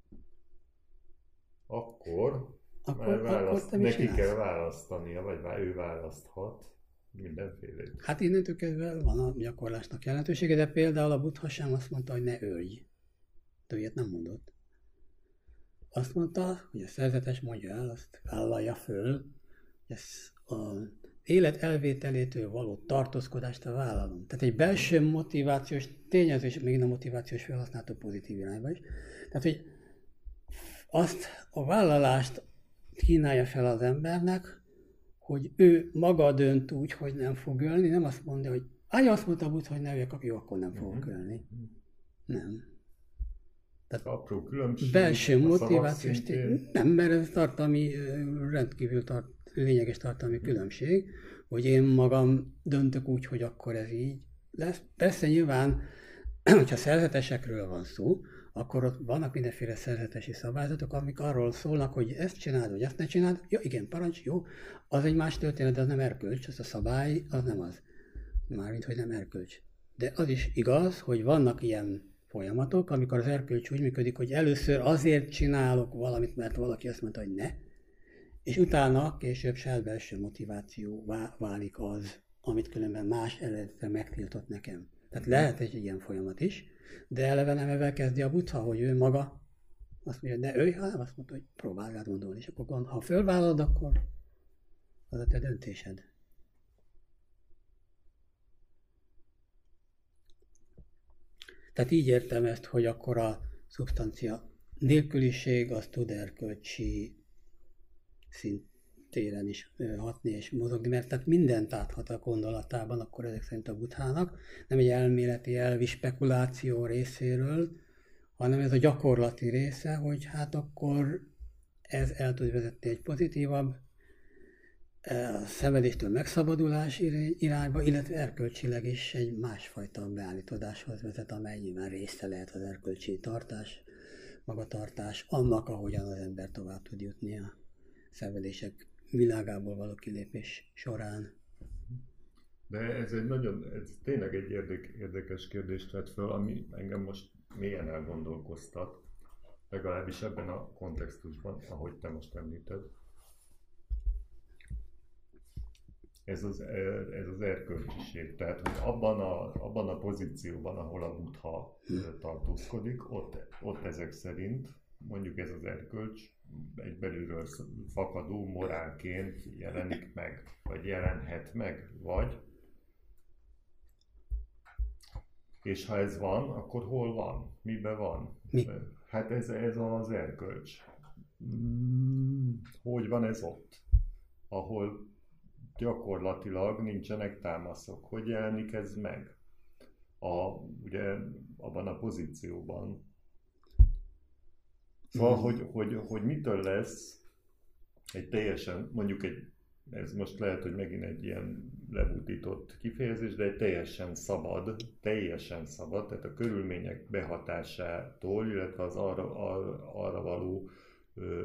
akkor, akkor, már választ, akkor neki csinálsz? kell választania, vagy ő választhat mindenféle. Hát innentől kezdve van a gyakorlásnak jelentősége, de például a Buddha sem azt mondta, hogy ne ölj. De ilyet nem mondott. Azt mondta, hogy a szerzetes mondja el, azt vállalja föl, hogy ez az élet elvételétől való tartózkodást a vállalom. Tehát egy belső motivációs tényező, és még a motivációs felhasználható pozitív irányba is. Tehát, hogy azt a vállalást kínálja fel az embernek, hogy ő maga dönt úgy, hogy nem fog ölni, nem azt mondja, hogy állj, azt mondta Buddha, hogy ne öljek, jó, akkor nem fogok ölni. Nem. Tehát apró különbség. Belső motivációs tényező. Nem, mert ez tartalmi rendkívül tart, lényeges tartalmi különbség, hogy én magam döntök úgy, hogy akkor ez így lesz. Persze nyilván, hogyha szerzetesekről van szó, akkor ott vannak mindenféle szerzetesi szabályzatok, amik arról szólnak, hogy ezt csináld, vagy ezt ne csináld. Ja, igen, parancs, jó. Az egy más történet, de az nem erkölcs, az a szabály, az nem az. Mármint, hogy nem erkölcs. De az is igaz, hogy vannak ilyen folyamatok, amikor az erkölcs úgy működik, hogy először azért csinálok valamit, mert valaki azt mondta, hogy ne, és utána később saját belső motivációvá válik az, amit különben más eredetileg megtiltott nekem. Tehát lehet egy ilyen folyamat is, de eleve nem ezzel kezdi a Buddha, hogy ő maga azt mondja, hogy ne ölj, hanem azt mondta, hogy próbálj rá gondolni, és akkor gond, ha fölvállalod, akkor az a te döntésed. Tehát így értem ezt, hogy akkor a szubstancia nélküliség az tud erkölcsi szintéren is hatni és mozogni, mert tehát mindent áthat a gondolatában, akkor ezek szerint a Buddhának, nem egy elméleti elvi spekuláció részéről, hanem ez a gyakorlati része, hogy hát akkor ez el tud vezetni egy pozitívabb a szenvedéstől megszabadulás irányba, illetve erkölcsileg is egy másfajta beállítódáshoz vezet, amely nyilván része lehet az erkölcsi tartás, magatartás, annak, ahogyan az ember tovább tud jutni a szenvedések világából való kilépés során. De ez egy nagyon, ez tényleg egy érdek, érdekes kérdést vett föl, ami engem most mélyen elgondolkoztat, legalábbis ebben a kontextusban, ahogy te most említed. Ez az, ez az erkölcsiség. Tehát, hogy abban a, abban a pozícióban, ahol a Buddha tartózkodik, ott, ott ezek szerint, mondjuk ez az erkölcs egy belülről fakadó morálként jelenik meg, vagy jelenhet meg, vagy. És ha ez van, akkor hol van? Miben van? Mi? Hát ez, ez az erkölcs. Hogy van ez ott? Ahol gyakorlatilag nincsenek támaszok. Hogy jelenik ez meg? A, ugye abban a pozícióban. Szóval, mm. hogy, hogy, hogy mitől lesz egy teljesen, mondjuk egy, ez most lehet, hogy megint egy ilyen lebutított kifejezés, de egy teljesen szabad, teljesen szabad, tehát a körülmények behatásától, illetve az arra, arra, arra való ö,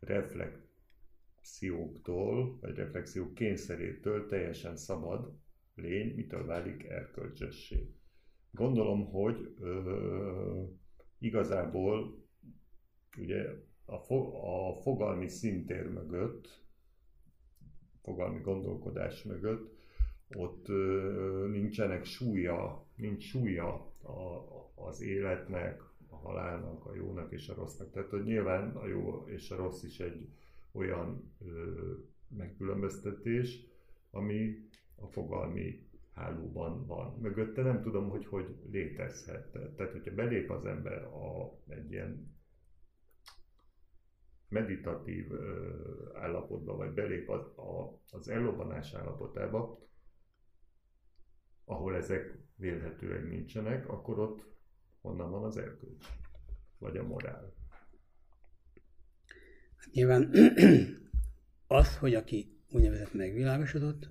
reflexióktól, vagy reflexiók kényszerétől teljesen szabad lény, mitől válik erkölcsössé. Gondolom, hogy ö, igazából ugye a, fo- a fogalmi szintér mögött, fogalmi gondolkodás mögött, ott ö, nincsenek súlya, nincs súlya a, az életnek, a halálnak, a jónak és a rossznak. Tehát, hogy nyilván a jó és a rossz is egy olyan ö, megkülönböztetés, ami a fogalmi hálóban van. Mögötte nem tudom, hogy hogy létezhet. Tehát, hogyha belép az ember a, egy ilyen meditatív ö, állapotba, vagy belép az, a, az ellobbanás állapotába, ahol ezek vélhetőleg nincsenek, akkor ott honnan van az erkölcs, vagy a morál. Hát nyilván az, hogy aki úgynevezett megvilágosodott,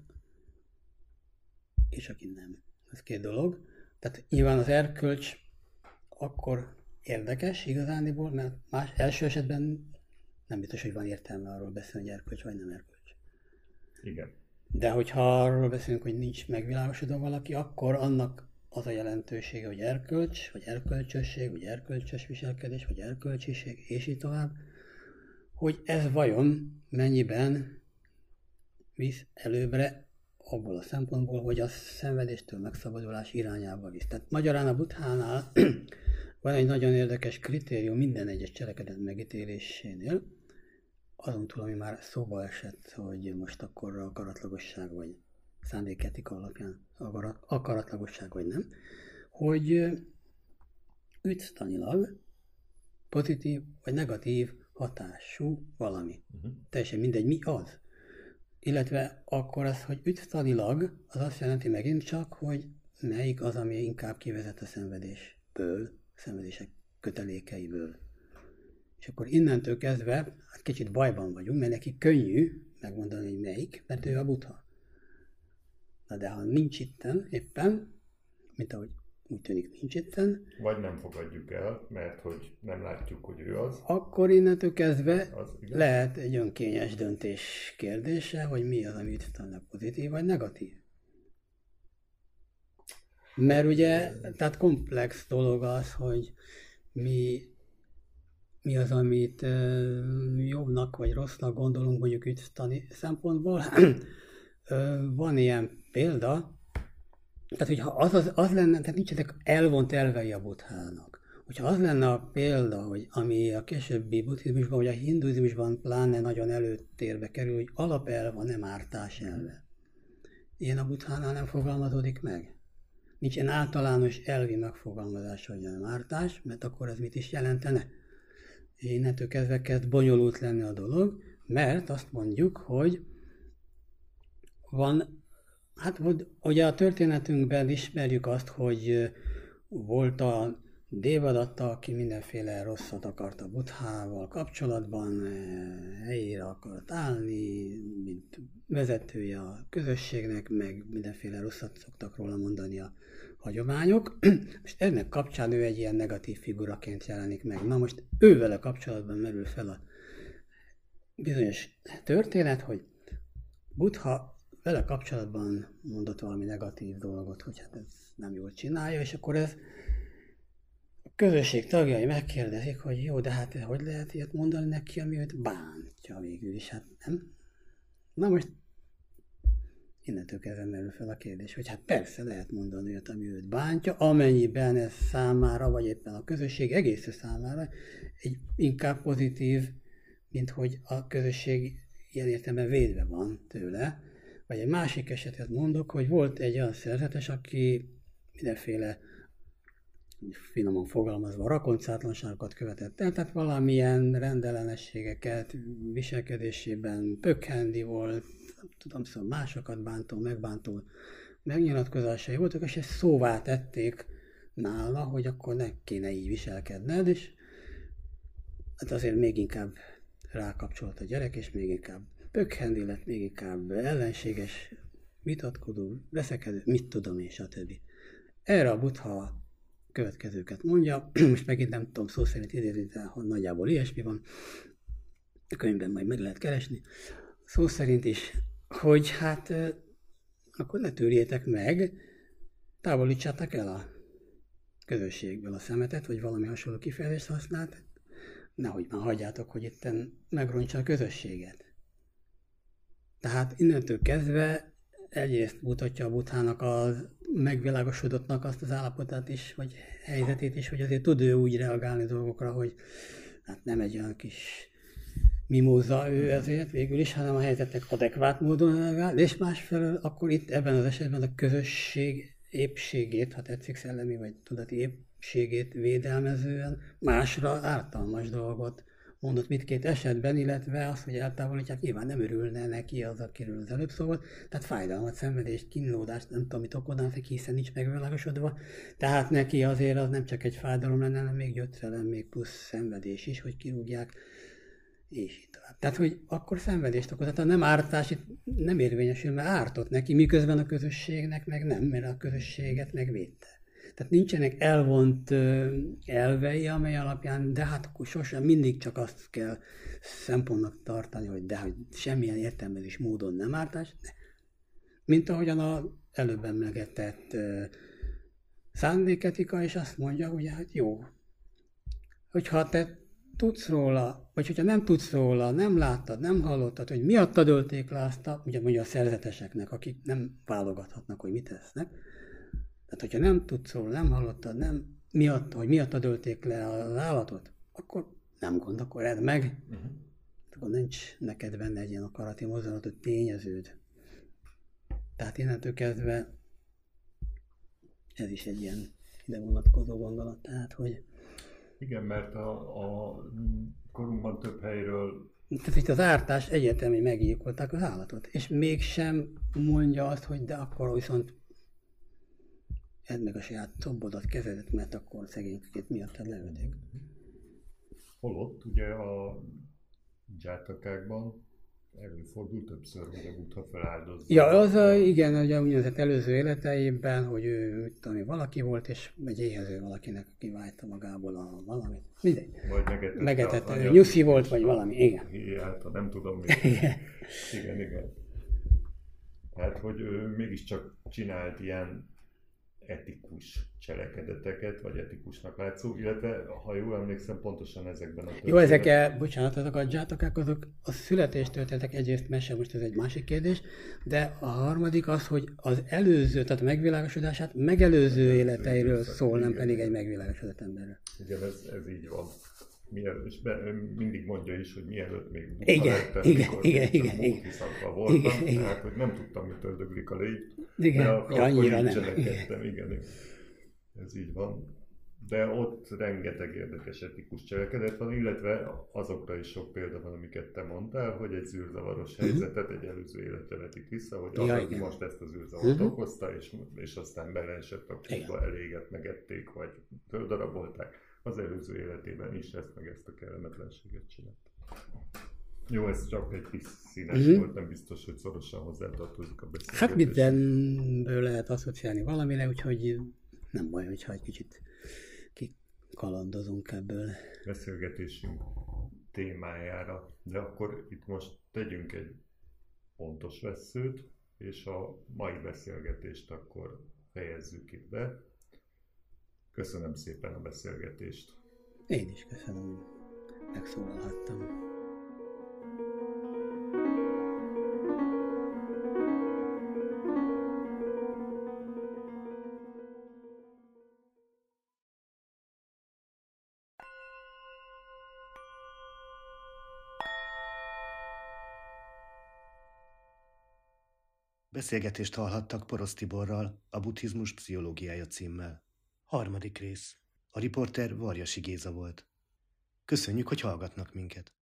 és aki nem. Ez két dolog. Tehát nyilván az erkölcs akkor érdekes igazándiból, mert más első esetben nem biztos, hogy van értelme arról beszélni, hogy erkölcs vagy nem erkölcs. Igen. De hogyha arról beszélünk, hogy nincs megvilágosodva valaki, akkor annak az a jelentősége, hogy erkölcs, vagy erkölcsösség, vagy erkölcsös viselkedés, vagy erkölcsiség, és így tovább, hogy ez vajon mennyiben visz előbbre abból a szempontból, hogy a szenvedéstől megszabadulás irányába visz. Tehát magyarán a Buddhánál van egy nagyon érdekes kritérium minden egyes cselekedet megítélésénél, azon túl, ami már szóba esett, hogy most akkor akaratlagosság vagy szándéketika alapján akaratlagosság vagy nem, hogy ügytanilag pozitív vagy negatív hatású valami. Uh-huh. Teljesen mindegy, mi az. Illetve akkor az, hogy ügytanilag, az azt jelenti megint csak, hogy melyik az, ami inkább kivezet a szenvedésből, a szenvedések kötelékeiből. És akkor innentől kezdve hát kicsit bajban vagyunk, mert neki könnyű, megmondani, hogy melyik, mert ő a Buddha. Na de ha nincs itten éppen, mint ahogy úgy tűnik nincs itten, vagy nem fogadjuk el, mert hogy nem látjuk, hogy ő az. Akkor innentől kezdve Az, lehet egy önkényes döntés kérdése, hogy mi az, amit tanulnak, pozitív vagy negatív. Mert ugye, tehát komplex dolog az, hogy mi, mi az, amit jobbnak vagy rossznak gondolunk, mondjuk ügytani szempontból. Van ilyen példa, tehát hogyha az, az, az lenne, tehát nincsenek elvont elvei a Buddhának. Hogyha az lenne a példa, hogy ami a későbbi buddhizmusban, vagy a hinduizmusban pláne nagyon előtérbe kerül, hogy alapelv a nem ártás elve. Ilyen a Buddhánál nem fogalmazódik meg. Nincs ilyen általános elvi megfogalmazás, hogy nem ártás, mert akkor ez mit is jelentene? Innentől kezdve kezd bonyolult lenni a dolog, mert azt mondjuk, hogy van, hát ugye a történetünkben ismerjük azt, hogy volt a Devadatta, aki mindenféle rosszat akart a Buddhával kapcsolatban, helyére akart állni, mint vezetője a közösségnek, meg mindenféle rosszat szoktak róla mondani a hagyományok, és ennek kapcsán ő egy ilyen negatív figuraként jelenik meg. Na most ővele kapcsolatban merül fel a bizonyos történet, hogy Buddha vele kapcsolatban mondott valami negatív dolgot, hogy hát ez nem jól csinálja, és akkor ez a közösség tagjai megkérdezik, hogy jó, de hát hogy lehet ilyet mondani neki, ami őt bántja végül is, hát nem? Na most innentől kezdve merül fel a kérdés, hogy hát persze lehet mondani olyat, ami őt bántja, amennyiben ez számára, vagy éppen a közösség egész számára egy inkább pozitív, mint hogy a közösség ilyen értelemben védve van tőle. Vagy egy másik esetet mondok, hogy volt egy olyan szerzetes, aki mindenféle, finoman fogalmazva, rakoncátlanságokat követett el, tehát valamilyen rendellenességeket viselkedésében pökhendi volt, nem tudom, szóval másokat bántó, megbántó megnyilatkozásai voltak, és ezt szóvá tették nála, hogy akkor ne kéne így viselkedned, és hát azért még inkább rákapcsolt a gyerek, és még inkább pökhendi lett, még inkább ellenséges, vitatkodó, veszekedő, mit tudom én, stb. Erre a Buddha következőket mondja, most megint nem tudom szó szerint idézni, de nagyjából ilyesmi van, a könyvben majd meg lehet keresni, szó szerint is, hogy hát akkor ne tűrjétek meg, távolítsátok el a közösségből a szemetet, vagy valami hasonló kifejezést használt, nehogy már hagyjátok, hogy itt megrontsa a közösséget. Tehát innentől kezdve egyrészt mutatja a Buddhának az megvilágosodottnak azt az állapotát is, vagy helyzetét is, hogy azért tud ő úgy reagálni dolgokra, hogy hát nem egy olyan kis mimóza ő ezért végül is, hanem a helyzetnek adekvát módon reagál, és másfelől akkor itt ebben az esetben a közösség épségét, ha tetszik, szellemi vagy tudati épségét védelmezően másra ártalmas dolgot mondott mindkét esetben, illetve az, hogy eltávolítják, nyilván nem örülne neki az, akiről az előbb szó volt, tehát fájdalmat, szenvedést, kínlódást, nem tudom, mit okoznánk neki, hiszen nincs megvilágosodva, tehát neki azért az nem csak egy fájdalom lenne, hanem még gyötrelem, még plusz szenvedés is, hogy kirúgják, és így tovább. Tehát, hogy akkor szenvedést okoz, tehát a nem ártás itt nem érvényesül, mert ártott neki, miközben a közösségnek meg nem, mert a közösséget megvédte. Tehát nincsenek elvont elvei, amely alapján, de hát akkor sosem mindig csak azt kell szempontnak tartani, hogy de hogy semmilyen értelmezés módon nem ártás. Ne. Mint ahogyan az előbb emlegetett szándéketika is azt mondja, hogy hát jó, hogyha te tudsz róla, vagy hogyha nem tudsz róla, nem láttad, nem hallottad, hogy miattad ölték le azt a, ugye mondja a szerzeteseknek, akik nem válogathatnak, hogy mit tesznek. Tehát, hogyha nem tudsz róla, nem hallottad, nem miatt, hogy miattad ölték le az állatot, akkor nem gond, akkor edd meg. Uh-huh. Akkor nincs neked benne egy ilyen akarati mozdulatot tényeződ. Tehát innentől kezdve ez is egy ilyen ide vonatkozó gondolat. Tehát, hogy igen, mert a, a korunkban több helyről... Tehát itt az ártás egyértelműen meggyilkolták az állatot, és mégsem mondja azt, hogy de akkor viszont edd meg a saját szobbodat, kezedet, mert akkor szegényként miattad leölték. Holott ugye a Jatakákban előfordul többször, hogy a Buddha feláldozza. Ja, az a, igen, ugye úgynevezett előző életeiben, hogy ő, mit tudom, én, valaki volt, és egy éhező valakinek kiválta magából a valamit. Mindegy. Vagy megetette. Megetette, nyuszi volt, vagy valami, igen. Hiáta, nem tudom mi. Igen. Igen, igen. Hát, hogy ő mégiscsak csinált ilyen etikus cselekedeteket, vagy etikusnak látszó, illetve, ha jól emlékszem, pontosan ezekben a Jó, ezek, el, bocsánat, azok a dzsátakák, azok a születéstörténetek egyrészt mese, most ez egy másik kérdés, de a harmadik az, hogy az előző, tehát a megvilágosodását megelőző életeiről szól, nem pedig egy megvilágosodott emberről. Igen, ez, ez így van. Mielőtt, és be, mindig mondja is, hogy mielőtt még Buddha igen, lettem, igen, mikor igen, még igen, csak bódhiszatva voltam, igen, igen. tehát hogy nem tudtam, mitől döglik a légy, Igen, de ja, akkor annyira így nem. cselekedtem, igen. igen. Ez így van. De ott rengeteg érdekes etikus cselekedet van, illetve azokra is sok példa van, amiket te mondtál, hogy egy zűrzavaros helyzetet egy előző életre vetik vissza, hogy az, Ja, aki igen. most ezt az zűrzavart Uh-huh. okozta, és, és aztán beleesett a kútba, eléget, megették, vagy földarabolták, az előző életében is ezt meg ezt a kellemetlenséget csinált. Jó, ez csak egy kis színes Uh-huh. volt, nem biztos, hogy szorosan hozzátartozik a beszélgetéshez. Hát mindenből lehet asszociálni valamire, úgyhogy nem baj, hogyha egy kicsit kikalandozunk ebből. Beszélgetésünk témájára, de akkor itt most tegyünk egy pontos vesszőt, és a mai beszélgetést akkor fejezzük itt be. Köszönöm szépen a beszélgetést. Én is köszönöm, hogy megszólalhattam. Beszélgetést hallhattak Porosz Tiborral, a Buddhizmus pszichológiája címmel. Harmadik rész. A riporter Varjasi Géza volt. Köszönjük, hogy hallgatnak minket.